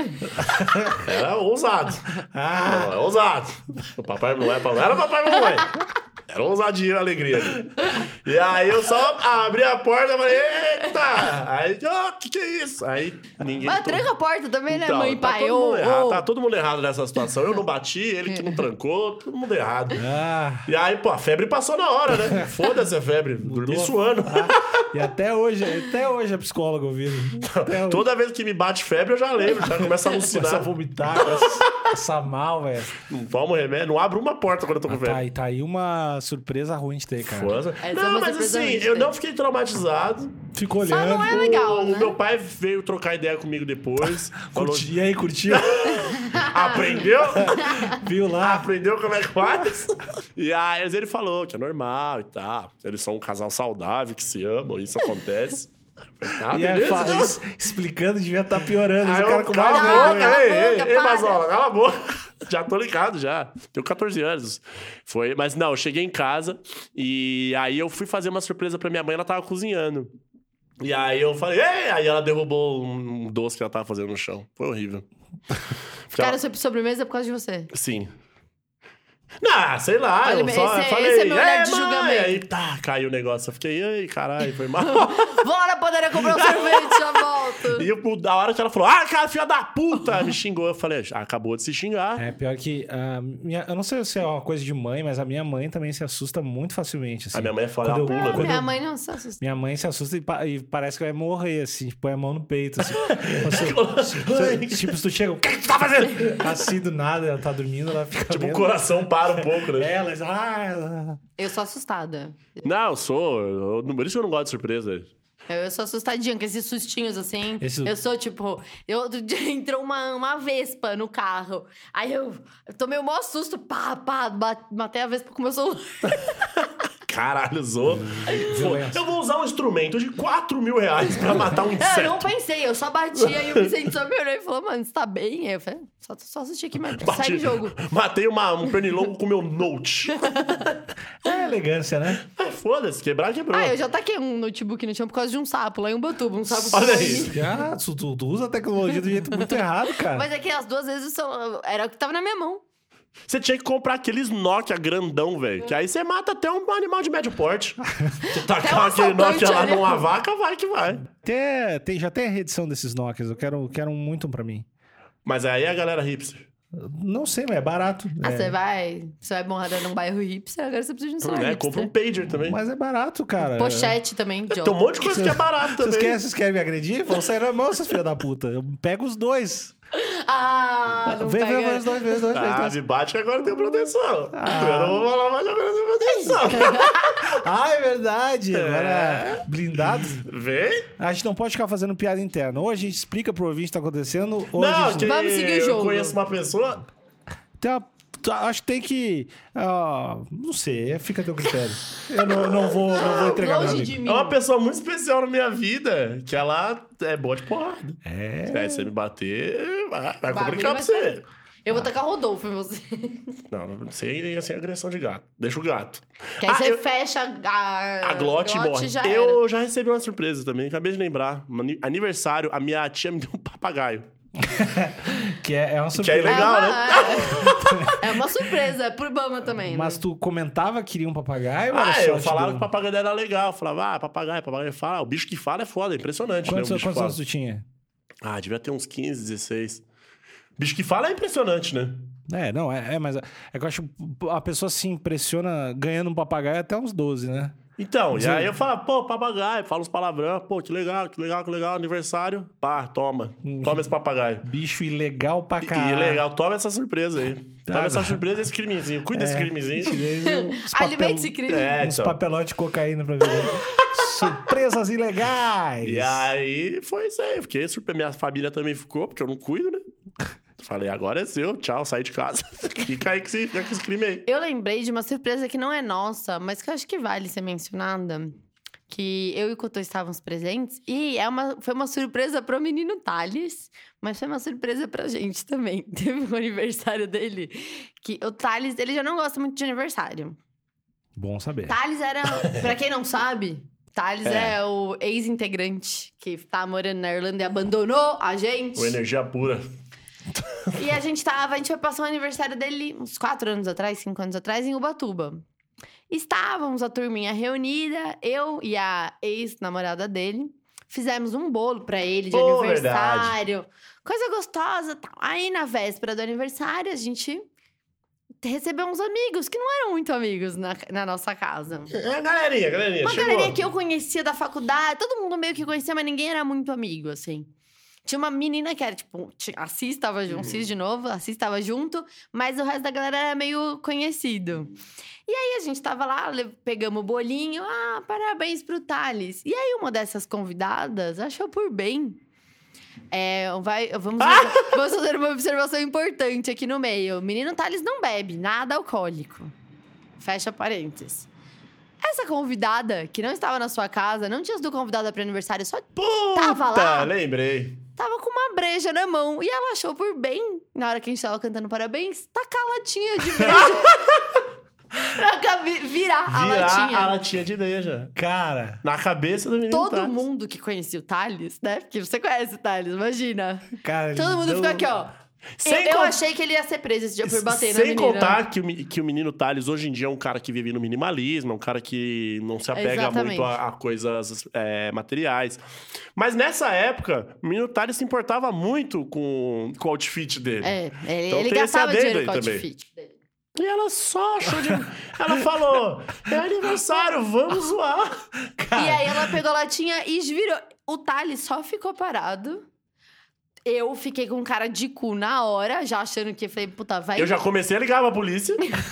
Era ousado. Ah, Era ousado. O papai não é, não era papai e mamãe. Era ousadia e alegria ali. E aí eu só abri a porta e falei, eita! Aí, ó, o que que é isso? Aí ninguém. Mas tranca a porta também, né, Então, mãe e tá pai? todo Ô, mundo errado, ô. tá todo mundo errado nessa situação. Eu não bati, ele que não trancou, todo mundo errado. ah. E aí, pô, a febre passou na hora, né? Foda-se a febre, dormi Mudou. suando. E até hoje, até hoje a psicóloga ouvindo. Até hoje. Toda vez que me bate febre, eu já lembro, já começa a Começa a alucinar. vomitar, começa a passar mal, velho. Não tomo remédio, não abro uma porta quando eu tô com Ah, tá, febre. aí, tá aí uma surpresa ruim de ter, cara. Foda. Essa é Não, uma mas surpresa assim, ruim de eu ter. não fiquei traumatizado. Ficou Só olhando. não é legal, o né? meu pai veio trocar ideia comigo depois. Falou, Curti, e aí, curtiu? aprendeu? Viu lá? Aprendeu como é que faz? E aí ele falou que é normal e tal. Eles são um casal saudável, que se amam, isso acontece. Ah, E aí, beleza. fala, es- explicando, devia estar piorando. Aí Esse cara eu, com cala mais a boca, vergonha. Cala a ei, ei, boca, ei, para. Mazola, cala a boca. Já tô ligado, já. Tenho catorze anos. Foi, mas não, eu cheguei em casa e aí eu fui fazer uma surpresa pra minha mãe, ela tava cozinhando. E aí eu falei, ei! Aí ela derrubou um doce que ela tava fazendo no chão. Foi horrível. Ficaram sobre sobremesa por causa de você. Sim. Não, sei lá, Olha, eu só esse é- falei, esse é meu olhar "Ei, de mãe!" julgamento. Aí, tá, caiu o negócio. Eu fiquei, ai, caralho, foi mal. Vou lá na padaria comprar um sorvete, já volto. E eu, da hora que ela falou, ah, cara, filha da puta, me xingou. Eu falei, "Ah, acabou de se xingar. É, pior que... a minha, eu não sei se é uma coisa de mãe, mas a minha mãe também se assusta muito facilmente, assim. A minha mãe é foda, Quando ela eu- pula, quando né? Minha mãe não se assusta. Minha mãe se assusta e, pa- e parece que vai morrer, assim, tipo, põe a mão no peito, assim. Você, você- tipo, se tu chega, o que tu tá fazendo? Assim, do nada, ela tá dormindo, ela fica Tipo, o vendo. coração para um pouco, né? Ela, ah, ela- Eu sou assustada. Não, eu sou. Eu, por isso que eu não gosto de surpresa. Eu sou assustadinha com esses sustinhos, assim. Esse- Eu sou, tipo... Eu, outro dia entrou uma, uma vespa no carro. Aí eu, eu tomei o maior susto. Pá, pá, ba- matei a vespa com o meu celular. Caralho, usou. Violência. Eu vou usar um instrumento de quatro mil reais pra matar um Eu inseto. não pensei, eu só bati. Aí o Vicente só me olhou e falou, mano, você tá bem? Aí eu falei, só, só assisti aqui, mas Bati- segue o jogo. Matei uma, um pernilongo com meu note. É elegância, né? Ah, foda-se, quebrar, quebrou. Ah, eu já taquei um notebook no chão por causa de um sapo lá em Ubatuba. Um sapo Olha pulou aí. em mim. Ah, tu, tu, tu usa a tecnologia do jeito muito errado, cara. Mas é que as duas vezes são- era o que tava na minha mão. Você tinha que comprar aqueles Nokia grandão, velho. Que aí você mata até um animal de médio porte. Você tacar um aquele assaltante Nokia lá ali. numa vaca, vai que vai. Até, tem, já tem a reedição desses Nokias, eu quero, quero muito um pra mim. Mas aí a galera hipster. Não sei, mas é barato. Ah, é. você vai... Você vai morar num bairro hipster, agora você precisa de um celular Né? hipster. Compra um pager também. Mas é barato, cara. Pochete também, Tem um idiota. monte de coisa que é barato Vocês também. querem, vocês querem me agredir? Vão sair na mão, essas filhas da puta. Eu pego os dois. Ah, não Vem, vem, pega. vem os dois, vem os dois. vem os Ah, dois. me bate que agora eu tenho proteção. Ah. Eu não vou falar mais agora eu tenho proteção. Ah, é verdade. Agora, blindado. Vem. A gente não pode ficar fazendo piada interna. Ou a gente explica pro ouvinte o que tá acontecendo, ou a Não, gente... que Vamos seguir o eu jogo. conheço uma pessoa... Tem uma- Acho que tem que... ah, não sei, fica a teu critério. Eu não, não vou, não vou entregar meu Longe amigo. de mim. É uma pessoa muito especial na minha vida, que ela é boa de porrada. É... Aí você me bater, vai, vai Bagulho complicar vai pra você. ser. Eu vou tacar Rodolfo em você. Não, não sem, sem agressão de gato. Deixa o gato. Que aí Ah, você eu- fecha a... A glote morre. já eu era. já recebi uma surpresa também, acabei de lembrar. Um ani- Aniversário, a minha tia me deu um papagaio. Que é, é uma Que é surpresa. legal, é né? uma, É uma surpresa, é por Bama também. Mas né? tu comentava que queria um papagaio? ou era Ah, só eu te falava deu- que o papagaio dela era legal. Eu falava, ah, papagaio, papagaio fala. O bicho que fala é foda, é impressionante, Quantos, né? O bicho quantos fala. anos tu tinha? Ah, devia ter uns quinze, dezesseis. Bicho que fala é impressionante, né? É, não, é, é mas é que eu acho a pessoa se impressiona ganhando um papagaio até uns doze, né? Então, Mas e aí eu- eu falo, pô, papagaio, fala uns palavrão, pô, que legal, que legal, que legal, aniversário. Pá, toma. Toma esse papagaio. Bicho ilegal pra E caralho. legal, toma essa surpresa aí. Toma Tá. essa surpresa e esse crimezinho. Cuida desse crimezinho. Uns papel- Alimente esse crime. É, uns então. papelotes de cocaína pra ver. Surpresas ilegais. E aí foi isso aí. Fiquei surpreso. Minha família também ficou, porque eu não cuido, né? Falei, agora é seu, tchau, sai de casa. Fica aí com esse, com esse crime aí. Eu lembrei de uma surpresa que não é nossa, mas que eu acho que vale ser mencionada. Que eu e o Cotô estávamos presentes. E é uma, foi uma surpresa pro menino Thales, mas foi uma surpresa pra gente também. Teve um aniversário dele, que o Thales, ele já não gosta muito de aniversário. Bom saber. Thales era, pra quem não sabe, Thales é, É. o ex-integrante que tá morando na Irlanda e abandonou a gente. Com energia pura. E a gente tava, a gente foi passar o aniversário dele uns quatro anos atrás, cinco anos atrás, em Ubatuba. Estávamos a turminha reunida, eu e a ex-namorada dele. Fizemos um bolo pra ele de Pô, aniversário. Coisa gostosa. Tal. Aí, na véspera do aniversário, a gente recebeu uns amigos que não eram muito amigos na, na nossa casa. É, galerinha, galerinha. Uma chegou. galerinha que eu conhecia da faculdade, todo mundo meio que conhecia, mas ninguém era muito amigo, assim. Tinha uma menina que era, tipo, ti- a Cis tava junto, Cis de novo, a Cis tava junto, mas o resto da galera era meio conhecido. E aí a gente tava lá, le- pegamos o bolinho, ah, parabéns pro Thales. E aí uma dessas convidadas achou por bem. É, vai, vamos, vamos fazer uma observação importante aqui no meio. O menino Thales não bebe nada alcoólico. Fecha parênteses. Essa convidada, que não estava na sua casa, não tinha sido convidada para aniversário, só Puta, tava lá. lembrei. tava com uma breja na mão. E ela achou por bem, na hora que a gente tava cantando parabéns, tacar a latinha de breja. pra cabe- virar, a Virar latinha. a latinha de breja. Cara, Na cabeça do menino Todo Thales. mundo que conhecia o Thales, né? Porque você conhece o Thales, imagina. cara. Todo mundo deu- ficou aqui, ó. Eu, Sem eu con- achei que ele ia ser preso esse dia por bater na Sem menina. contar que o, mi- que o menino Thales hoje em dia é um cara que vive no minimalismo, é um cara que não se apega Exatamente. muito a, a coisas é, materiais. Mas nessa época, o menino Thales se importava muito com, com o outfit dele. É, ele, Então ele tem esse gastava adendo dinheiro aí com o também. outfit dele. E ela só achou de... Ela falou, é aniversário, vamos zoar. E aí ela pegou a latinha e virou. O Thales só ficou parado. Eu fiquei com cara de cu na hora, já achando que... Falei, puta, vai... Eu já comecei a ligar pra polícia.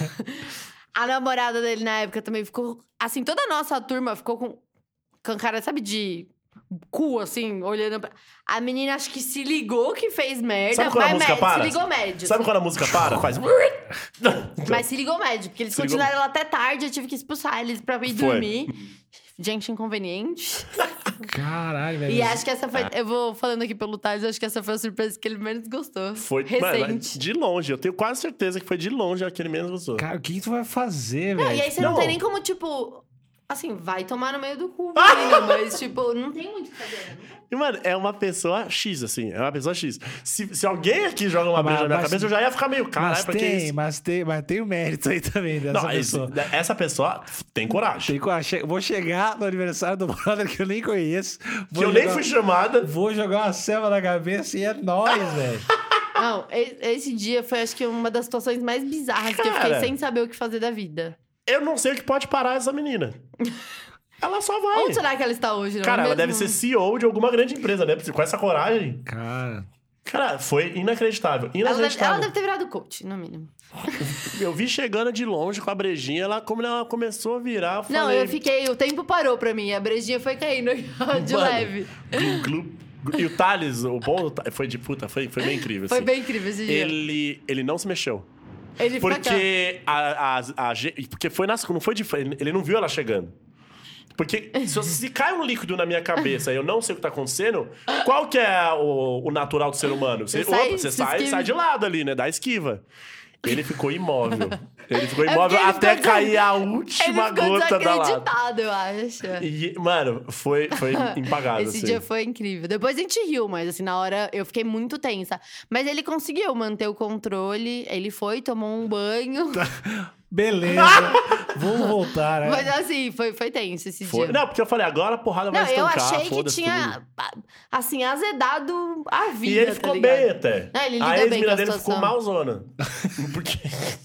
A namorada dele na época também ficou... Assim, toda a nossa turma ficou com, com cara, sabe, de cu, assim, olhando pra... A menina acho que se ligou que fez merda. Sabe quando a mas música médio, para? se ligou médio. Sabe assim. quando a música para? Faz... Mas se ligou médio, porque eles Se ligou- continuaram lá até tarde, eu tive que expulsar eles pra ir Foi. dormir. Gente inconveniente. Caralho, velho. E acho que essa foi... Eu vou falando aqui pelo Thales, acho que essa foi a surpresa que ele menos gostou. Foi, Recente. mano, de longe. Eu tenho quase certeza que foi de longe a que ele menos gostou. Cara, o que, que tu vai fazer, Não, velho? e aí você não. Não. tem nem como, tipo... Assim, vai tomar no meio do cu, menina, mas, tipo, não tem muito o que fazer, né? E, mano, é uma pessoa X, assim. É uma pessoa X. Se, se alguém aqui joga uma Mas- breja na minha mas- cabeça, eu já ia ficar meio... Caralho, Mas pra que tem, isso? mas tem, mas tem o mérito aí também dessa Não, esse- pessoa. essa pessoa tem coragem. Tem co- che- Vou chegar no aniversário do brother que eu nem conheço. Que vou eu nem jogar- fui chamada. Vou jogar uma selva na cabeça e é nóis, velho. Não, e- esse dia foi, acho que, uma das situações mais bizarras, que eu fiquei Cara. sem saber o que fazer da vida. Eu não sei o que pode parar essa menina. Ela só vai. Onde será que ela está hoje, não Cara, é ela mesmo? deve ser C E O de alguma grande empresa, né? Porque com essa coragem... Cara, Cara, foi inacreditável. Ela deve, Inacreditável. ela deve ter virado coach, no mínimo. Eu vi chegando de longe com a brejinha, ela, como ela começou a virar, eu falei... Não, eu fiquei... O tempo parou pra mim, a brejinha foi caindo de Mano, leve. Glu, glu, glu. E o Thales, o bom do Thales, foi de puta, foi, foi bem incrível, Foi assim. bem incrível esse dia. Ele, ele não se mexeu. Ele fica Porque a, a, a, ge- porque foi nas, não foi de, ele não viu ela chegando. Porque se, se cai um líquido na minha cabeça e eu não sei o que tá acontecendo, qual que é o, o natural do ser humano? Você, Você sai- opa, você se sai, esquiva. sai de lado ali, né? Dá esquiva. Ele ficou imóvel. Ele ficou É imóvel porque ele até ficou cair a Ele última ficou gota da lata. desacreditado, eu acho. E, mano, foi, foi impagável, Esse assim. dia foi incrível. Depois a gente riu, mas assim, na hora eu fiquei muito tensa. Mas ele conseguiu manter o controle. Ele foi, tomou um banho. beleza. Vou voltar, né? Mas assim, foi, foi tenso esse Foi. dia. Não, porque eu falei, agora a porrada vai Não, eu estancar, achei que foda-se tinha, tudo. assim, azedado a vida, E ele tá ficou ligado? bem até. Não, ele lida a bem com ex-mina a dele situação. ficou malzona. Porque...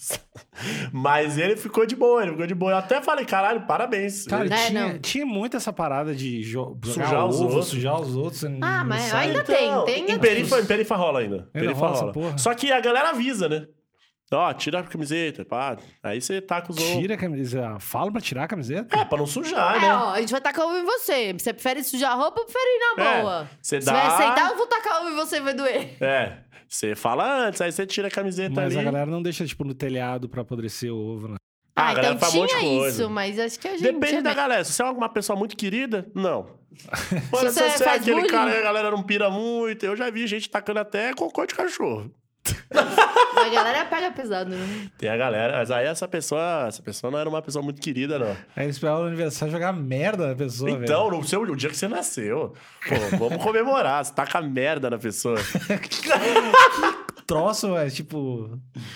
Mas ele ficou de boa, ele ficou de boa. Eu até falei, caralho, parabéns. Cara, Ele- É, tinha, não. tinha muito essa parada de jo- jogar Sujar os ovo, outros. sujar os outros. Ah, não mas sai. ainda Então, tem, tem Em outros. Perifa, em Perifa rola ainda. Perifa rola essa rola. porra? Só que a galera avisa, né? Ó, tira a camiseta, pá. Aí você taca os ovos. Tira a camiseta. Fala pra tirar a camiseta? É, pra não sujar, É, né? ó, a gente vai tacar ovo em você. Você prefere sujar a roupa ou prefere ir na É, boa? você Você dá- vai aceitar ou vou tacar ovo em você e vai doer? É. Você fala antes, aí você tira a camiseta Mas ali. a galera não deixa, tipo, no telhado pra apodrecer o ovo, né? Ah, a Ah, galera então faz um monte de tinha coisa. isso, mas acho que a gente... Depende é da bem- galera. Se você é uma pessoa muito querida, não. Olha, se você você é faz aquele bullying. cara e a galera não pira muito, eu já vi gente tacando até cocô de cachorro. A galera pega pesado, né? Tem a galera, mas aí essa pessoa, essa pessoa não era uma pessoa muito querida, não. Aí eles pegaram no aniversário jogar merda na pessoa, Então, no seu, o dia que você nasceu, pô, vamos comemorar. Você taca merda na pessoa. velho. Troço, é tipo...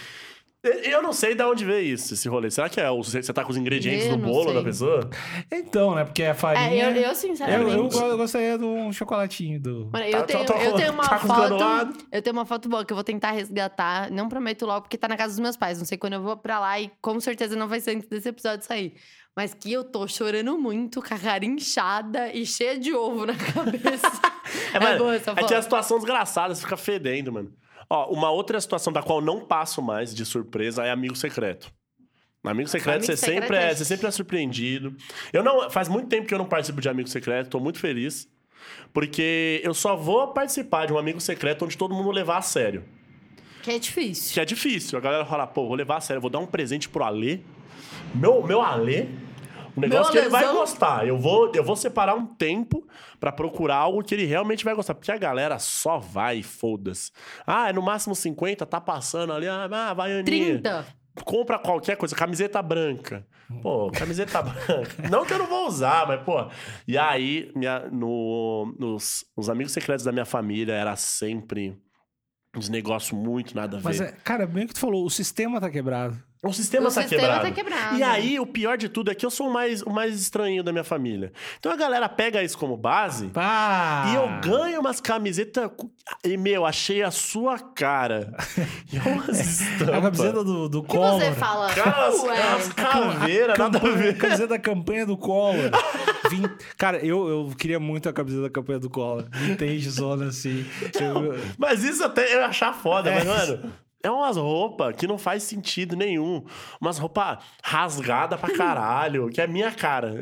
Eu não sei de onde veio isso, esse rolê. Será que é o, você tá com os ingredientes Eu do não bolo sei. da pessoa? Então, né? Porque a farinha... É, eu, eu Eu, sinceramente... eu, go- eu gostaria de um chocolatinho do... Mano, Tá- eu, tenho, tá- tá- eu tenho uma tá com os foto. granulados? Eu tenho uma foto boa que eu vou tentar resgatar. Não prometo logo, porque tá na casa dos meus pais. Não sei quando eu vou pra lá e com certeza não vai ser antes desse episódio sair. Mas que eu tô chorando muito, com a cara inchada e cheia de ovo na cabeça. É, É mano, boa essa é que foto. a situação desgraçada, você fica fedendo, mano. Ó, uma outra situação da qual eu não passo mais de surpresa é amigo secreto. Amigo secreto, Amigo você, secreto sempre é, é- você sempre é surpreendido. Eu não, faz muito tempo que eu não participo de amigo secreto, tô muito feliz. Porque eu só vou participar de um amigo secreto onde todo mundo levar a sério. Que é difícil. Que é difícil. A galera fala, pô, vou levar a sério, vou dar um presente pro Alê. Meu, meu Alê, um negócio que ele vai Alezão. gostar. Eu vou, eu vou separar um tempo pra procurar algo que ele realmente vai gostar. Porque a galera só vai, foda-se. Ah, é no máximo cinquenta, tá passando ali. Ah, vai, Aninha. trinta. Compra qualquer coisa, camiseta branca. Pô, camiseta branca. Não que eu não vou usar, mas, pô. E aí, minha, no, nos, nos amigos secretos da minha família, era sempre uns negócios muito nada a ver. Mas, é, cara, bem que tu falou, o sistema tá quebrado. O sistema, O tá, sistema quebrado. tá quebrado. E aí, o pior de tudo é que eu sou o mais, o mais estranho da minha família. Então a galera pega isso como base. Pá! E eu ganho umas camisetas. E, meu, achei a sua cara. E umas estampas. A camiseta do, do O que Collor. você fala? Cara, as, Ué. as caveiras, nada a Campanha- ver. camiseta da campanha do Collor. Vim- Cara, eu, eu queria muito a camiseta da campanha do Collor. Vintage zona, assim. Eu- Mas isso até eu ia achar foda, É. mas, mano. É umas roupas que não faz sentido nenhum. Umas roupas rasgadas pra caralho, que é a minha cara.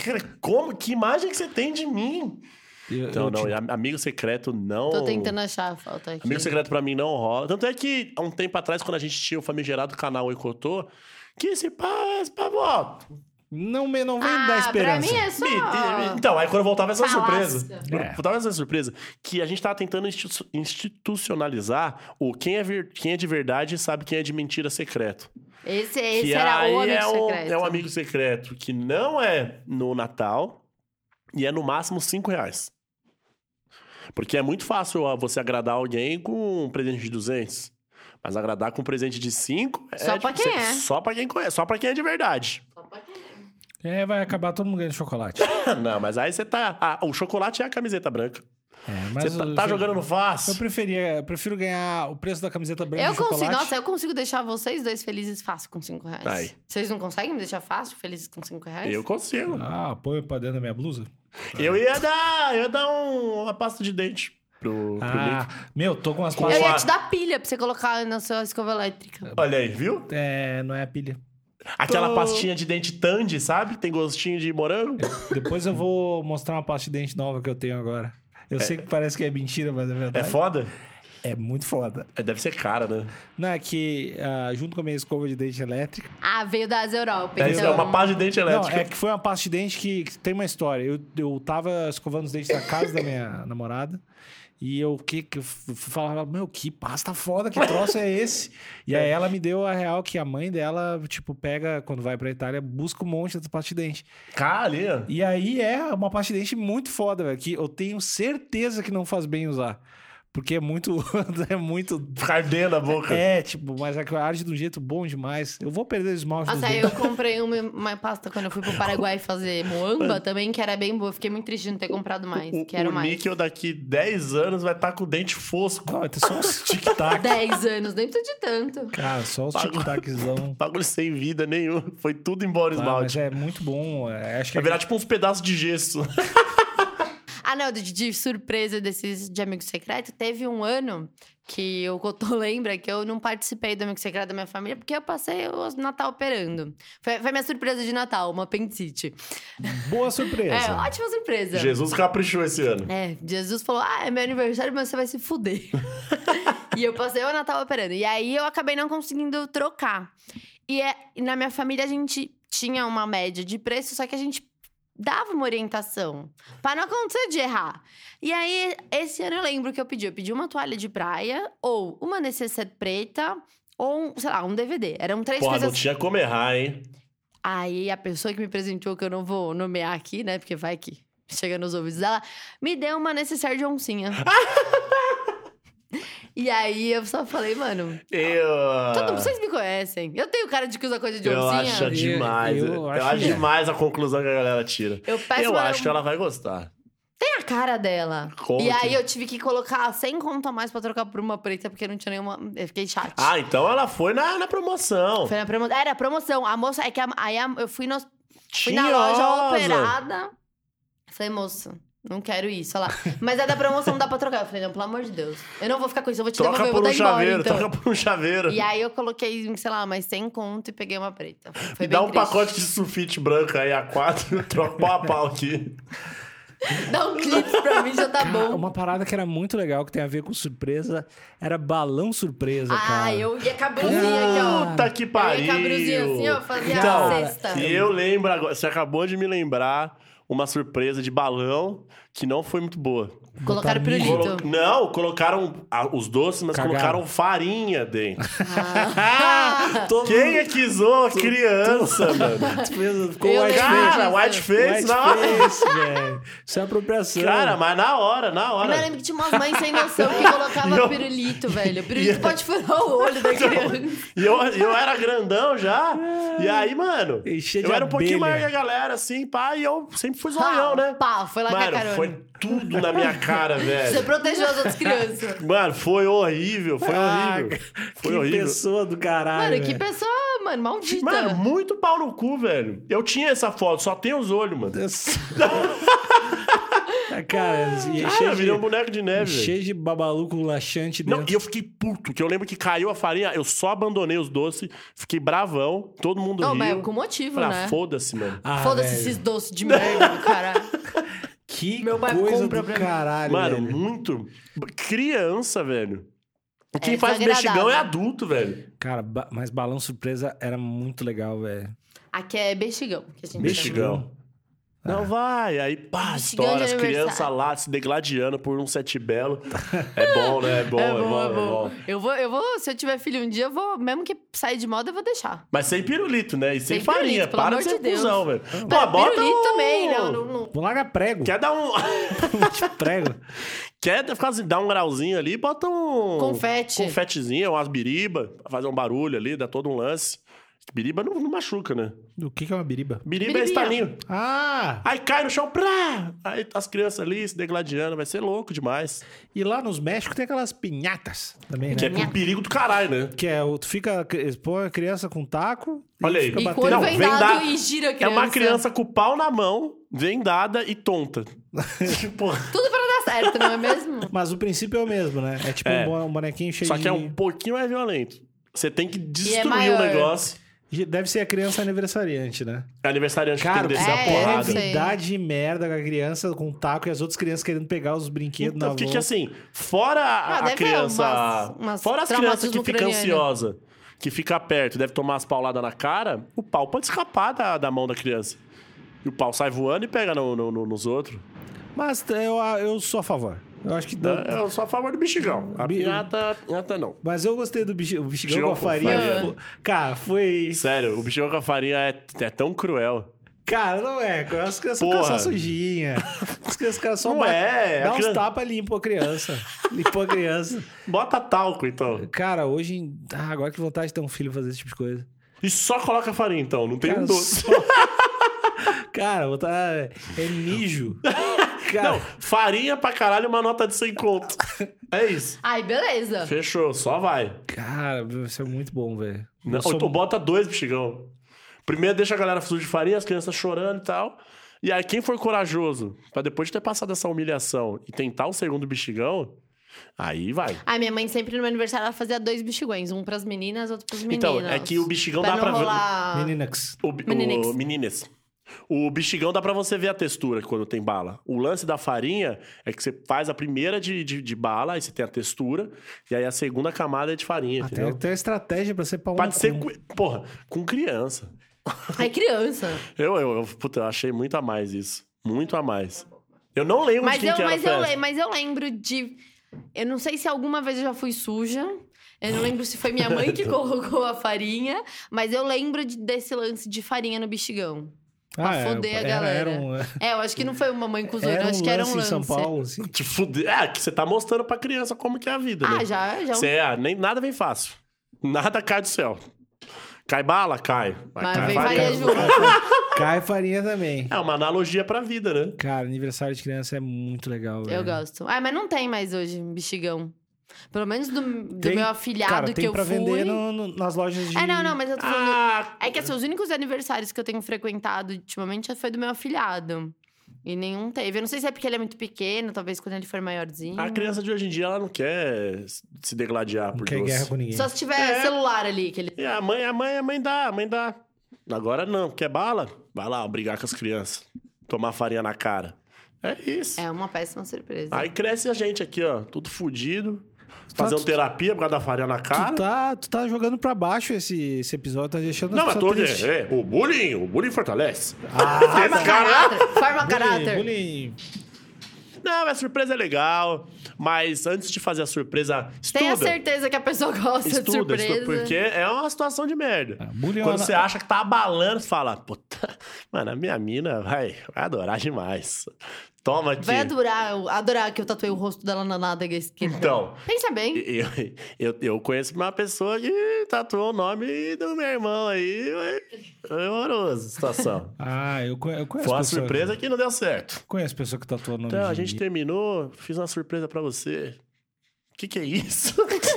Como? Que imagem que você tem de mim? eu- Então, eu não, tinha- am- amigo secreto não. Tô tentando achar a foto aqui. Amigo secreto pra mim não rola. Tanto é que, há um tempo atrás, quando a gente tinha o famigerado canal Oicotô, que esse pá, esse pá, ó. Não, me, não vem Ah, dar pra esperança. mim é só... me- Então, aí quando eu voltava essa Falácia. surpresa. Quando É. eu voltava essa surpresa. Que a gente tava tentando institu- institucionalizar o quem é, ver- quem é de verdade sabe quem é de mentira secreto. Esse, esse que era aí o amigo é um, secreto. é um amigo secreto que não é no Natal e é no máximo cinco reais. Porque é muito fácil ó, você agradar alguém com um presente de duzentos. Mas agradar com um presente de cinco é... Só pra tipo, quem você- é. Só pra quem conhece. Só pra quem é de verdade. É, vai acabar todo mundo ganhando chocolate. Não, mas aí você tá... Ah, o chocolate é a camiseta branca. É, mas Você tá, eu- tá eu- jogando no Eu fácil. preferia, eu prefiro ganhar o preço da camiseta branca Eu de consigo, chocolate. nossa, eu consigo deixar vocês dois felizes fácil com cinco reais. Aí. Vocês não conseguem me deixar fácil, felizes com cinco reais? Eu consigo. Ah, põe pra dentro da minha blusa. Eu ia dar... Eu ia dar um- uma pasta de dente pro, pro Ah, Nick. meu, tô com umas Eu pastas... ia te dar pilha pra você colocar na sua escova elétrica. Olha aí, viu? É, não é a pilha. Aquela Tô- pastinha de dente Tandy, sabe? Tem gostinho de morango. Depois eu vou mostrar uma pasta de dente nova que eu tenho agora. Eu sei que parece que é mentira, mas é É verdade. foda? É muito foda. É, deve ser cara, né? Não, é que ah, junto com a minha escova de dente elétrica... Ah, veio das Europa, Deve ser então... uma pasta de dente Não, elétrica. é que foi uma pasta de dente que, que tem uma história. Eu, eu tava escovando os dentes na casa da minha namorada e eu, que, que eu f- falava, meu, que pasta foda, que troço é esse? E aí ela me deu a real que a mãe dela, tipo, pega, quando vai pra Itália, busca um monte dessa pasta de dente. Cara, E aí é uma pasta de dente muito foda, velho, que eu tenho certeza que não faz bem usar. Porque é muito... é muito... Ardendo a boca. É, tipo, mas arde de um jeito bom demais. Eu vou perder o esmalte dos Nossa, aí dentes. eu comprei uma, uma pasta quando eu fui pro Paraguai fazer moamba também, que era bem boa. Fiquei muito triste de não ter comprado mais. O, Quero o mais. Níquel daqui dez anos vai estar com o dente fosco. Não, vai ter só uns tic-tac. dez anos, nem precisa de tanto. Cara, só os Pagou. tic-taczão. Bagulho sem vida nenhum. Foi tudo embora o Ah, esmalte. mas é muito bom. é, acho que Vai virar tipo uns pedaços de gesso. Ah, não, de, de surpresa desses de Amigo Secreto, teve um ano que o Cotô lembra que eu não participei do Amigo Secreto da minha família porque eu passei o Natal operando. Foi, foi minha surpresa de Natal, uma apendicite. boa surpresa. É, ótima surpresa. Jesus caprichou esse ano. É, Jesus falou, ah, é meu aniversário, mas você vai se fuder. E eu passei o Natal operando. E aí, eu acabei não conseguindo trocar. E é, e na minha família, a gente tinha uma média de preço, só que a gente dava uma orientação pra não acontecer de errar. E aí, esse ano eu lembro que eu pedi. Eu pedi uma toalha de praia, ou uma necessaire preta, ou, um, sei lá, um D V D. Eram três Porra, coisas... não tinha como errar, hein? Aí, a pessoa que me presenteou, que eu não vou nomear aqui, né? Porque vai que chega nos ouvidos dela, me deu uma necessaire de oncinha. E aí, eu só falei, mano... Eu... Todo, vocês me conhecem. Eu tenho cara de que usa coisa de Eu oncinha. acho demais. Eu- Eu, eu acho, acho que é. demais a conclusão que a galera tira. Eu peço eu uma- acho que ela vai gostar. Tem a cara dela. Conte. E aí, eu tive que colocar cem conto a mais pra trocar por uma preta, porque não tinha nenhuma... Eu fiquei chata. Ah, então ela foi na, na promoção. Foi na promoção. Era promoção. A moça... É que a- aí a- eu fui, no, fui na Tinhosa. loja operada. Falei, moça... Não quero isso, olha lá. Mas é da promoção, não dá pra trocar. Eu falei, não, pelo amor de Deus. Eu não vou ficar com isso, eu vou te Troca devolver, eu por vou um dar embora, chaveiro, então. troca por um chaveiro. E aí eu coloquei, sei lá, mais cem conto e peguei uma preta. Foi E bem dá um triste. pacote de sulfite branco aí, A quatro, troca pau a pau aqui. Dá um clipe pra mim, já tá Cara, bom. uma parada que era muito legal, que tem a ver com surpresa, era balão surpresa, cara. Ah, eu ia com a brusinha aqui, ó. Puta que pariu. Eu ia com a brusinha assim, ó, fazia Então, a cesta. E eu lembro agora, você acabou de me lembrar uma surpresa de balão que não foi muito boa. Colocaram Botar pirulito. Colo- Não, colocaram a- os doces, mas Cagaram. colocaram farinha dentro. Ah. Todo Quem é que zoa a criança, mano? mundo ficou Eu white lembro face. Cara, disso. white face, White não. face, velho. Isso é apropriação. Cara, mas na hora, na Mas eu hora. lembro que tinha umas mães sem noção que colocavam E eu- pirulito, velho. Pirulito E- pode furar o olho da criança. E eu, eu era grandão já. E aí, mano, E cheio de eu era um pouquinho abelha. maior que a galera, assim, pá, e eu sempre fui zoião, né? Pá, foi lá com a Mano, carona. foi tudo na minha cara, Você velho. protegeu as outras crianças. Mano, foi horrível, foi Ah, horrível. Foi que horrível. pessoa do caralho. Mano, que velho. pessoa, mano, maldita. Mano, muito pau no cu, velho. Eu tinha essa foto, só tem os olhos, mano. Ah, cara, e Cara, cheio eu virei um de, boneco de neve, velho. cheio de babaluco laxante Não, dentro. e eu fiquei puto, que eu lembro que caiu a farinha, eu só abandonei os doces, fiquei bravão, todo mundo Não, riu. mas com motivo, Falei, né? ah, foda-se, mano. Ah, Foda-se velho. esses doces de merda do caralho. Que Meu pai coisa compra do pra mim. caralho, Mano, velho. muito. Criança, velho. Quem É faz desagradável. mexigão é adulto, velho. Cara, ba- mas balão surpresa era muito legal, velho. Aqui é bexigão. Que a gente Bexigão. chama. Não vai, aí pá, Bexigão estoura de as crianças aniversário. lá se degladiando por um sete belo. É bom, né? É bom, é bom, é bom. Eu vou, eu vou, se eu tiver filho um dia, eu vou, mesmo que sair de moda, eu vou deixar. Mas sem pirulito, né? E sem, Sem farinha. pirulito, pelo Para amor de ser de Deus. cuzão, velho. Pô, Pô, bota pirulito um... também, não, não, não. Não larga prego. Quer dar um... prego. Quer fazer, dar um grauzinho ali, bota um... Confete. Confetezinho, umas biriba, pra fazer um barulho ali, dá todo um lance. Biriba não, não machuca, né? O que que é uma biriba? Biriba, Biribinha. é estalinho. Ah! Aí cai no chão, prá! Aí as crianças ali se degladiando, vai ser louco demais. E lá nos México tem aquelas pinhatas também, Que é né? com perigo do caralho, né? Que é, o- tu fica, põe a criança com taco. Olha aí. fica E batendo. com olho Não, vendado vendado. e gira a É criança. uma criança com o pau na mão, vendada e tonta. Tipo, Tudo pra dar certo, não é mesmo? Mas o princípio é o mesmo, né? É tipo É. um bo- um bonequinho cheio só de... que é um pouquinho mais violento. Você tem que destruir o maior. negócio. Deve ser a criança aniversariante, né? É aniversariante que Cara, tem que descer é, a eu porrada. sei. deve dar de merda com a criança com taco e as outras crianças querendo pegar os brinquedos Então, na porque avó. que assim, fora a, Ah, a deve criança. umas- umas fora as crianças que traumatismo ficam craniano. ansiosas, que fica perto, deve tomar as pauladas na cara, o pau pode escapar da, da mão da criança. E o pau sai voando e pega no, no- no- nos outros. Mas eu, eu sou a favor. Eu acho que... dá- É, Eu sou a favor do bexigão. A Bi- pinhata, pinhata não. Mas eu gostei do bicho, o bexigão Bexigão com a com farinha. farinha. Pô, cara, foi... Sério, o bexigão com a farinha é, é tão cruel. Cara, não é. As crianças Porra. ficam só sujinhas. As crianças ficam só... Não ba- é, Dá a uns criança- tapas e limpa a criança. Limpou a criança. Bota talco, então. Cara, hoje... Ah, agora que vontade de ter um filho fazer esse tipo de coisa. E só coloca farinha, então. Não tem Cara, um doce. só- Cara, botar... É mijo. Cara, Não, farinha pra caralho e uma nota de cem conto. É isso. Ai, beleza. Fechou, só vai. cara, isso é muito bom, velho. Não, Eu sou- Ou tu bota dois bexigão. Primeiro deixa a galera suja de farinha, as crianças chorando e tal. E aí quem for corajoso, pra depois de ter passado essa humilhação e tentar o segundo bexigão, aí vai. Ai, minha mãe sempre no meu aniversário ela fazia dois bexigões. Um pras meninas, outro pros meninos. Então, é que o bexigão pra dá não pra ver... rolar... Meninax. O, bi- Meninix. o, meninas. O bexigão dá pra você ver a textura quando tem bala. O lance da farinha é que você faz a primeira de, de, de bala, aí você tem a textura, e aí a segunda camada é de farinha, Até entendeu? tem estratégia pra ser pau no Pode ser, cu. com, porra, com criança. É criança. Eu, eu, eu, puta, eu achei muito a mais isso. Muito a mais. Eu não lembro Mas de quem eu, que era a mas, eu, festa. le- mas eu lembro de... Eu não sei se alguma vez eu já fui suja. Eu não lembro se foi minha mãe que colocou a farinha. Mas eu lembro de- desse lance de farinha no bexigão. Pra Ah, é, foder a era- galera. Era um, É, eu acho que não foi uma mãe com zoeira. era Eu um acho que era um lance lance. em São Paulo, assim. Te fuder. É, que você tá mostrando pra criança como que é a vida, né? Ah, já, já. Você, é, nem, nada vem fácil. Nada cai do céu. Cai bala? Cai. Vai Mas cair vem farinha. farinha junto. Cai farinha também. É uma analogia pra vida, né? Cara, aniversário de criança é muito legal, velho. Eu gosto. Ah, mas não tem mais hoje bexigão. Pelo menos do, do Tem- meu afilhado Cara, que tem eu pra fui. vender no- no- nas lojas de... É, não, não, mas eu tô falando... Ah, É que assim, os únicos aniversários que eu tenho frequentado ultimamente foi do meu afilhado. E nenhum teve. Eu não sei se é porque ele é muito pequeno, talvez quando ele for maiorzinho. a criança de hoje em dia, ela não quer se degladiar Não por quer doce. guerra com ninguém. Só se tiver É. celular ali, que ele... E a mãe, a mãe, a mãe dá, a mãe dá. Agora não, quer bala? Vai lá, brigar com as crianças. Tomar farinha na cara. É isso. É uma péssima surpresa. Aí cresce a gente aqui, ó, tudo fudido. Tá- Fazendo terapia por causa da farinha na cara. Tu tá, tu tá jogando pra baixo esse, esse episódio, tá deixando Não, as mas tô pessoas dizendo, tristes. é, o bullying, o bullying fortalece. Ah, Forma caráter. Forma bullying, caráter. bullying. Não, a surpresa é legal, mas antes de fazer a surpresa, estuda. Tenha certeza que a pessoa gosta de Estuda, surpresa. estuda, porque é uma situação de merda. Ah, bullying é Quando uma- você acha que tá abalando, você fala, puta, mano, a minha mina vai, vai adorar demais. Toma aqui. Vai adorar, adorar que eu tatuei o rosto dela na nádega esquerda. Então, Pensa bem. eu, eu, eu conheço uma pessoa que tatuou o nome do meu irmão aí. É horroroso a situação. Ah, eu, conhe- eu conheço Foi uma pessoa- surpresa que não deu certo. Conheço pessoa que tatuou o nome Então, a de- gente terminou, fiz uma surpresa pra você. O que que é isso?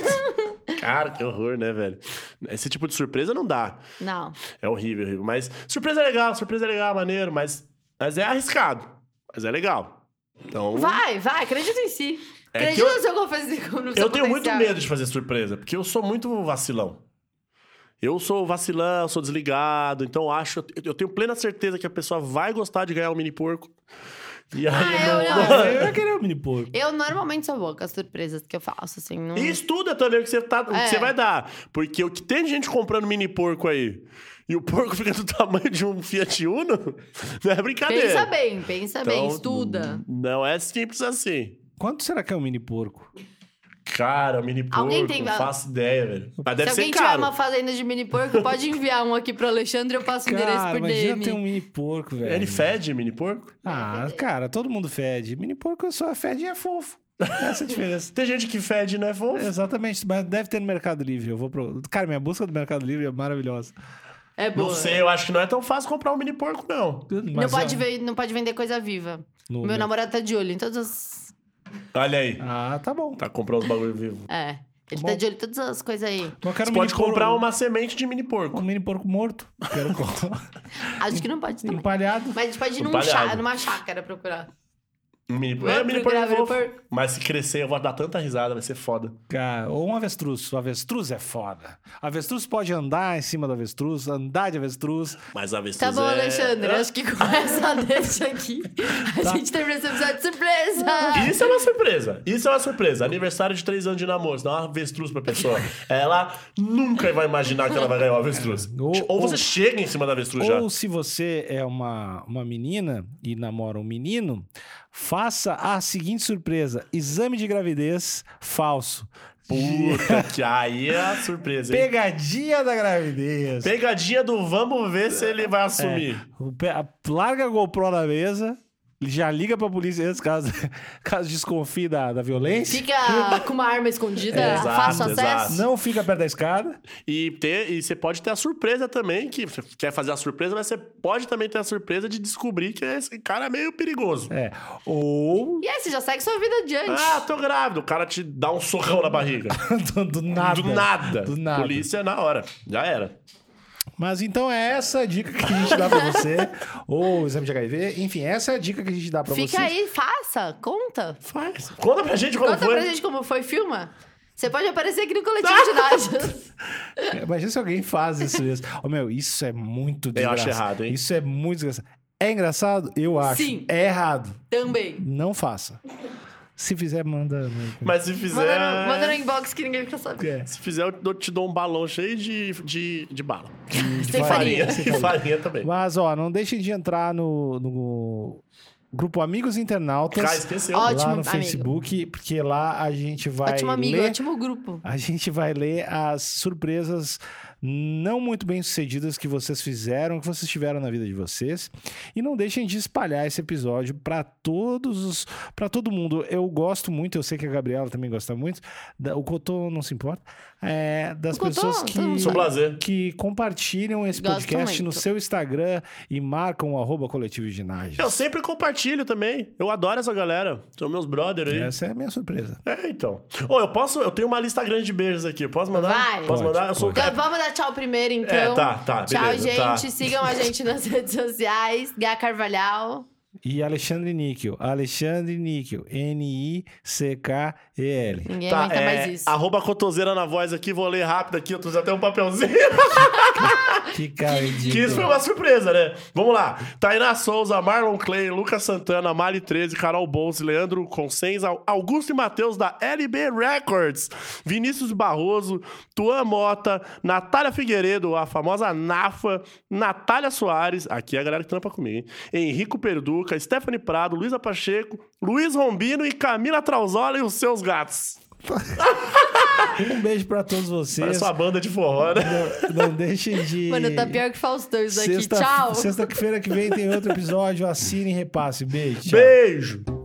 Cara, que horror, né, velho? Esse tipo de surpresa não dá. Não. É horrível, horrível. Mas surpresa é legal, surpresa é legal, maneiro, mas, mas é arriscado. Mas é legal. Então, Vai, vai, acredita em si. É que acredita eu- no seu confe- no seu eu tenho muito potencial. medo de fazer surpresa, porque eu sou muito vacilão. Eu sou vacilão, sou desligado, então eu acho, eu tenho plena certeza que a pessoa vai gostar de ganhar um mini porco. E aí Ah, eu eu não- não. Eu ia querer o mini porco. Eu normalmente sou boa com as surpresas que eu faço, assim. Não... E estuda também o que você, tá, o que É. você vai dar. Porque o que tem gente comprando mini porco aí, e o porco fica do tamanho de um Fiat Uno, não é brincadeira. Pensa bem, pensa bem, Então, estuda. Não é simples assim. Quanto será que é um mini porco? Cara, mini porco, Alguém tem- não faço ideia, velho. Mas deve Se ser alguém tiver caro. uma fazenda de mini porco, pode enviar um aqui pro Alexandre, eu passo o endereço Cara, por imagina D M. ter um mini porco, velho. Ele fede, mini porco? Ah, cara, todo mundo fede. Mini porco só fede e é fofo. Essa é a diferença. Tem gente que fede, não é fofo? Exatamente, mas deve ter no Mercado Livre. Eu vou pro... Cara, minha busca do Mercado Livre é maravilhosa. É boa. Não sei, eu acho que não é tão fácil comprar um mini porco, não. Não Mas, pode, ó, ver, não pode vender coisa viva. no Meu mer- namorado tá de olho em todas as... Olha aí. Ah, tá bom. Tá comprando os bagulho vivo. É, ele Bom. tá de olho em todas as coisas aí. Eu quero Você um pode mini comprar porco- uma semente de mini um porco. mini porco morto. Quero comprar. Acho que não pode também. Empalhado. Mas a gente pode ir num Empalhado. chá, numa chácara procurar. Um mini porco. Vamos É, mini porco é procurar fofo. mini porco. Mas se crescer, eu vou dar tanta risada, vai ser foda. Cara, ou um avestruz. O avestruz é foda. Avestruz pode andar em cima do avestruz, andar de avestruz. Mas a avestruz Tá bom, é... Alexandre. É. Acho que com essa deixa aqui. A Tá. gente termina esse episódio de surpresa. Isso é uma surpresa. Isso é uma surpresa. Aniversário de três anos de namoro. Você dá uma avestruz pra pessoa. Ela nunca vai imaginar que ela vai ganhar uma avestruz. Ou- Ou, você ou- chega em cima da avestruz já. Ou se você é uma, uma menina e namora um menino, faça a seguinte surpresa: exame de gravidez falso. Puta, que aí é a surpresa, hein? Pegadinha da gravidez. Pegadinha do vamos ver se ele vai assumir. É, o pe- a- larga a GoPro na mesa, já liga pra polícia antes, caso, caso desconfie da, da violência. Fica com uma arma escondida, É, exato, fácil acesso. exato. Não fica perto da escada. E, ter, e você pode ter a surpresa também, que você quer fazer a surpresa, mas você pode também ter a surpresa de descobrir que esse cara é meio perigoso. É. Ou E aí, você já segue sua vida adiante. Ah, tô grávido. O cara te dá um socão na barriga. do, do nada. Do nada. Do nada. Polícia na hora. Já era. Mas então é essa a dica que a gente dá pra você. Ou exame de H I V. Enfim, essa é a dica que a gente dá pra você. Fica aí, faça, conta. Faz. Conta pra gente como Conta foi. pra gente como foi, filma. Você pode aparecer aqui no Coletivo de Nádias. Imagina se alguém faz isso mesmo. Ô, meu, isso é muito Eu desgraçado. acho errado, hein? Isso é muito desgraçado. É engraçado? Eu acho. Sim. É errado. Também. Não faça. Se fizer, manda. Mas se fizer... Manda no, manda no inbox que ninguém quer saber. É. Se fizer, eu dou- te dou um balão cheio de, de, de bala. Sem farinha. E farinha também. Mas, ó, não deixem de entrar no, no grupo Amigos Internautas. Cara, esqueceu. Ó, lá Ótimo, no amigo. Facebook, porque lá a gente vai Ótimo amigo, ler... ótimo grupo. A gente vai ler as surpresas não muito bem sucedidas que vocês fizeram, que vocês tiveram na vida de vocês. E não deixem de espalhar esse episódio para todos os, para todo mundo. Eu gosto muito, eu sei que a Gabriela também gosta muito. Da, o Cotô não se importa. É, das O Cotô, pessoas todo mundo que, Sou prazer. que compartilham esse Gosto podcast no muito. seu Instagram e marcam o arroba Coletivo de Nádias. Eu sempre compartilho também. Eu adoro essa galera. São meus brother aí. Essa é a minha surpresa. É, então. Ô, eu posso... Eu tenho uma lista grande de beijos aqui. Posso mandar? Vai. Posso Pode, mandar? Eu sou o pode. cara... Então, vamos dar tchau primeiro, então. É, tá, tá, Tchau, beleza, gente. tá. Sigam a gente nas redes sociais. Gá Carvalhal. E Alexandre Níquel. Alexandre Níquel. N I C K E L. Ninguém Tá, aguenta é, mais isso. arroba cotoseira na voz aqui, vou ler rápido aqui, eu trouxe até um papelzinho. Que cara Que ridículo. isso foi uma surpresa, né? Vamos lá. Tainá Souza, Marlon Clay, Lucas Santana, Mali treze, Carol Bolse, Leandro Consens, Augusto e Matheus da L B Records, Vinícius Barroso, Tuan Mota, Natália Figueiredo, a famosa Nafa, Natália Soares, aqui é a galera que trampa comigo, hein? Henrico Perduca, Stephanie Prado, Luísa Pacheco, Luiz Rombino e Camila Trauzola e os seus gatos. Um beijo pra todos vocês. Parece uma banda de forró, né? Não, não deixem de... Mano, tá pior que Faustão isso aqui. Sexta- Tchau. Sexta-feira que vem tem outro episódio. Assine e repasse. Beijo. Tchau. Beijo!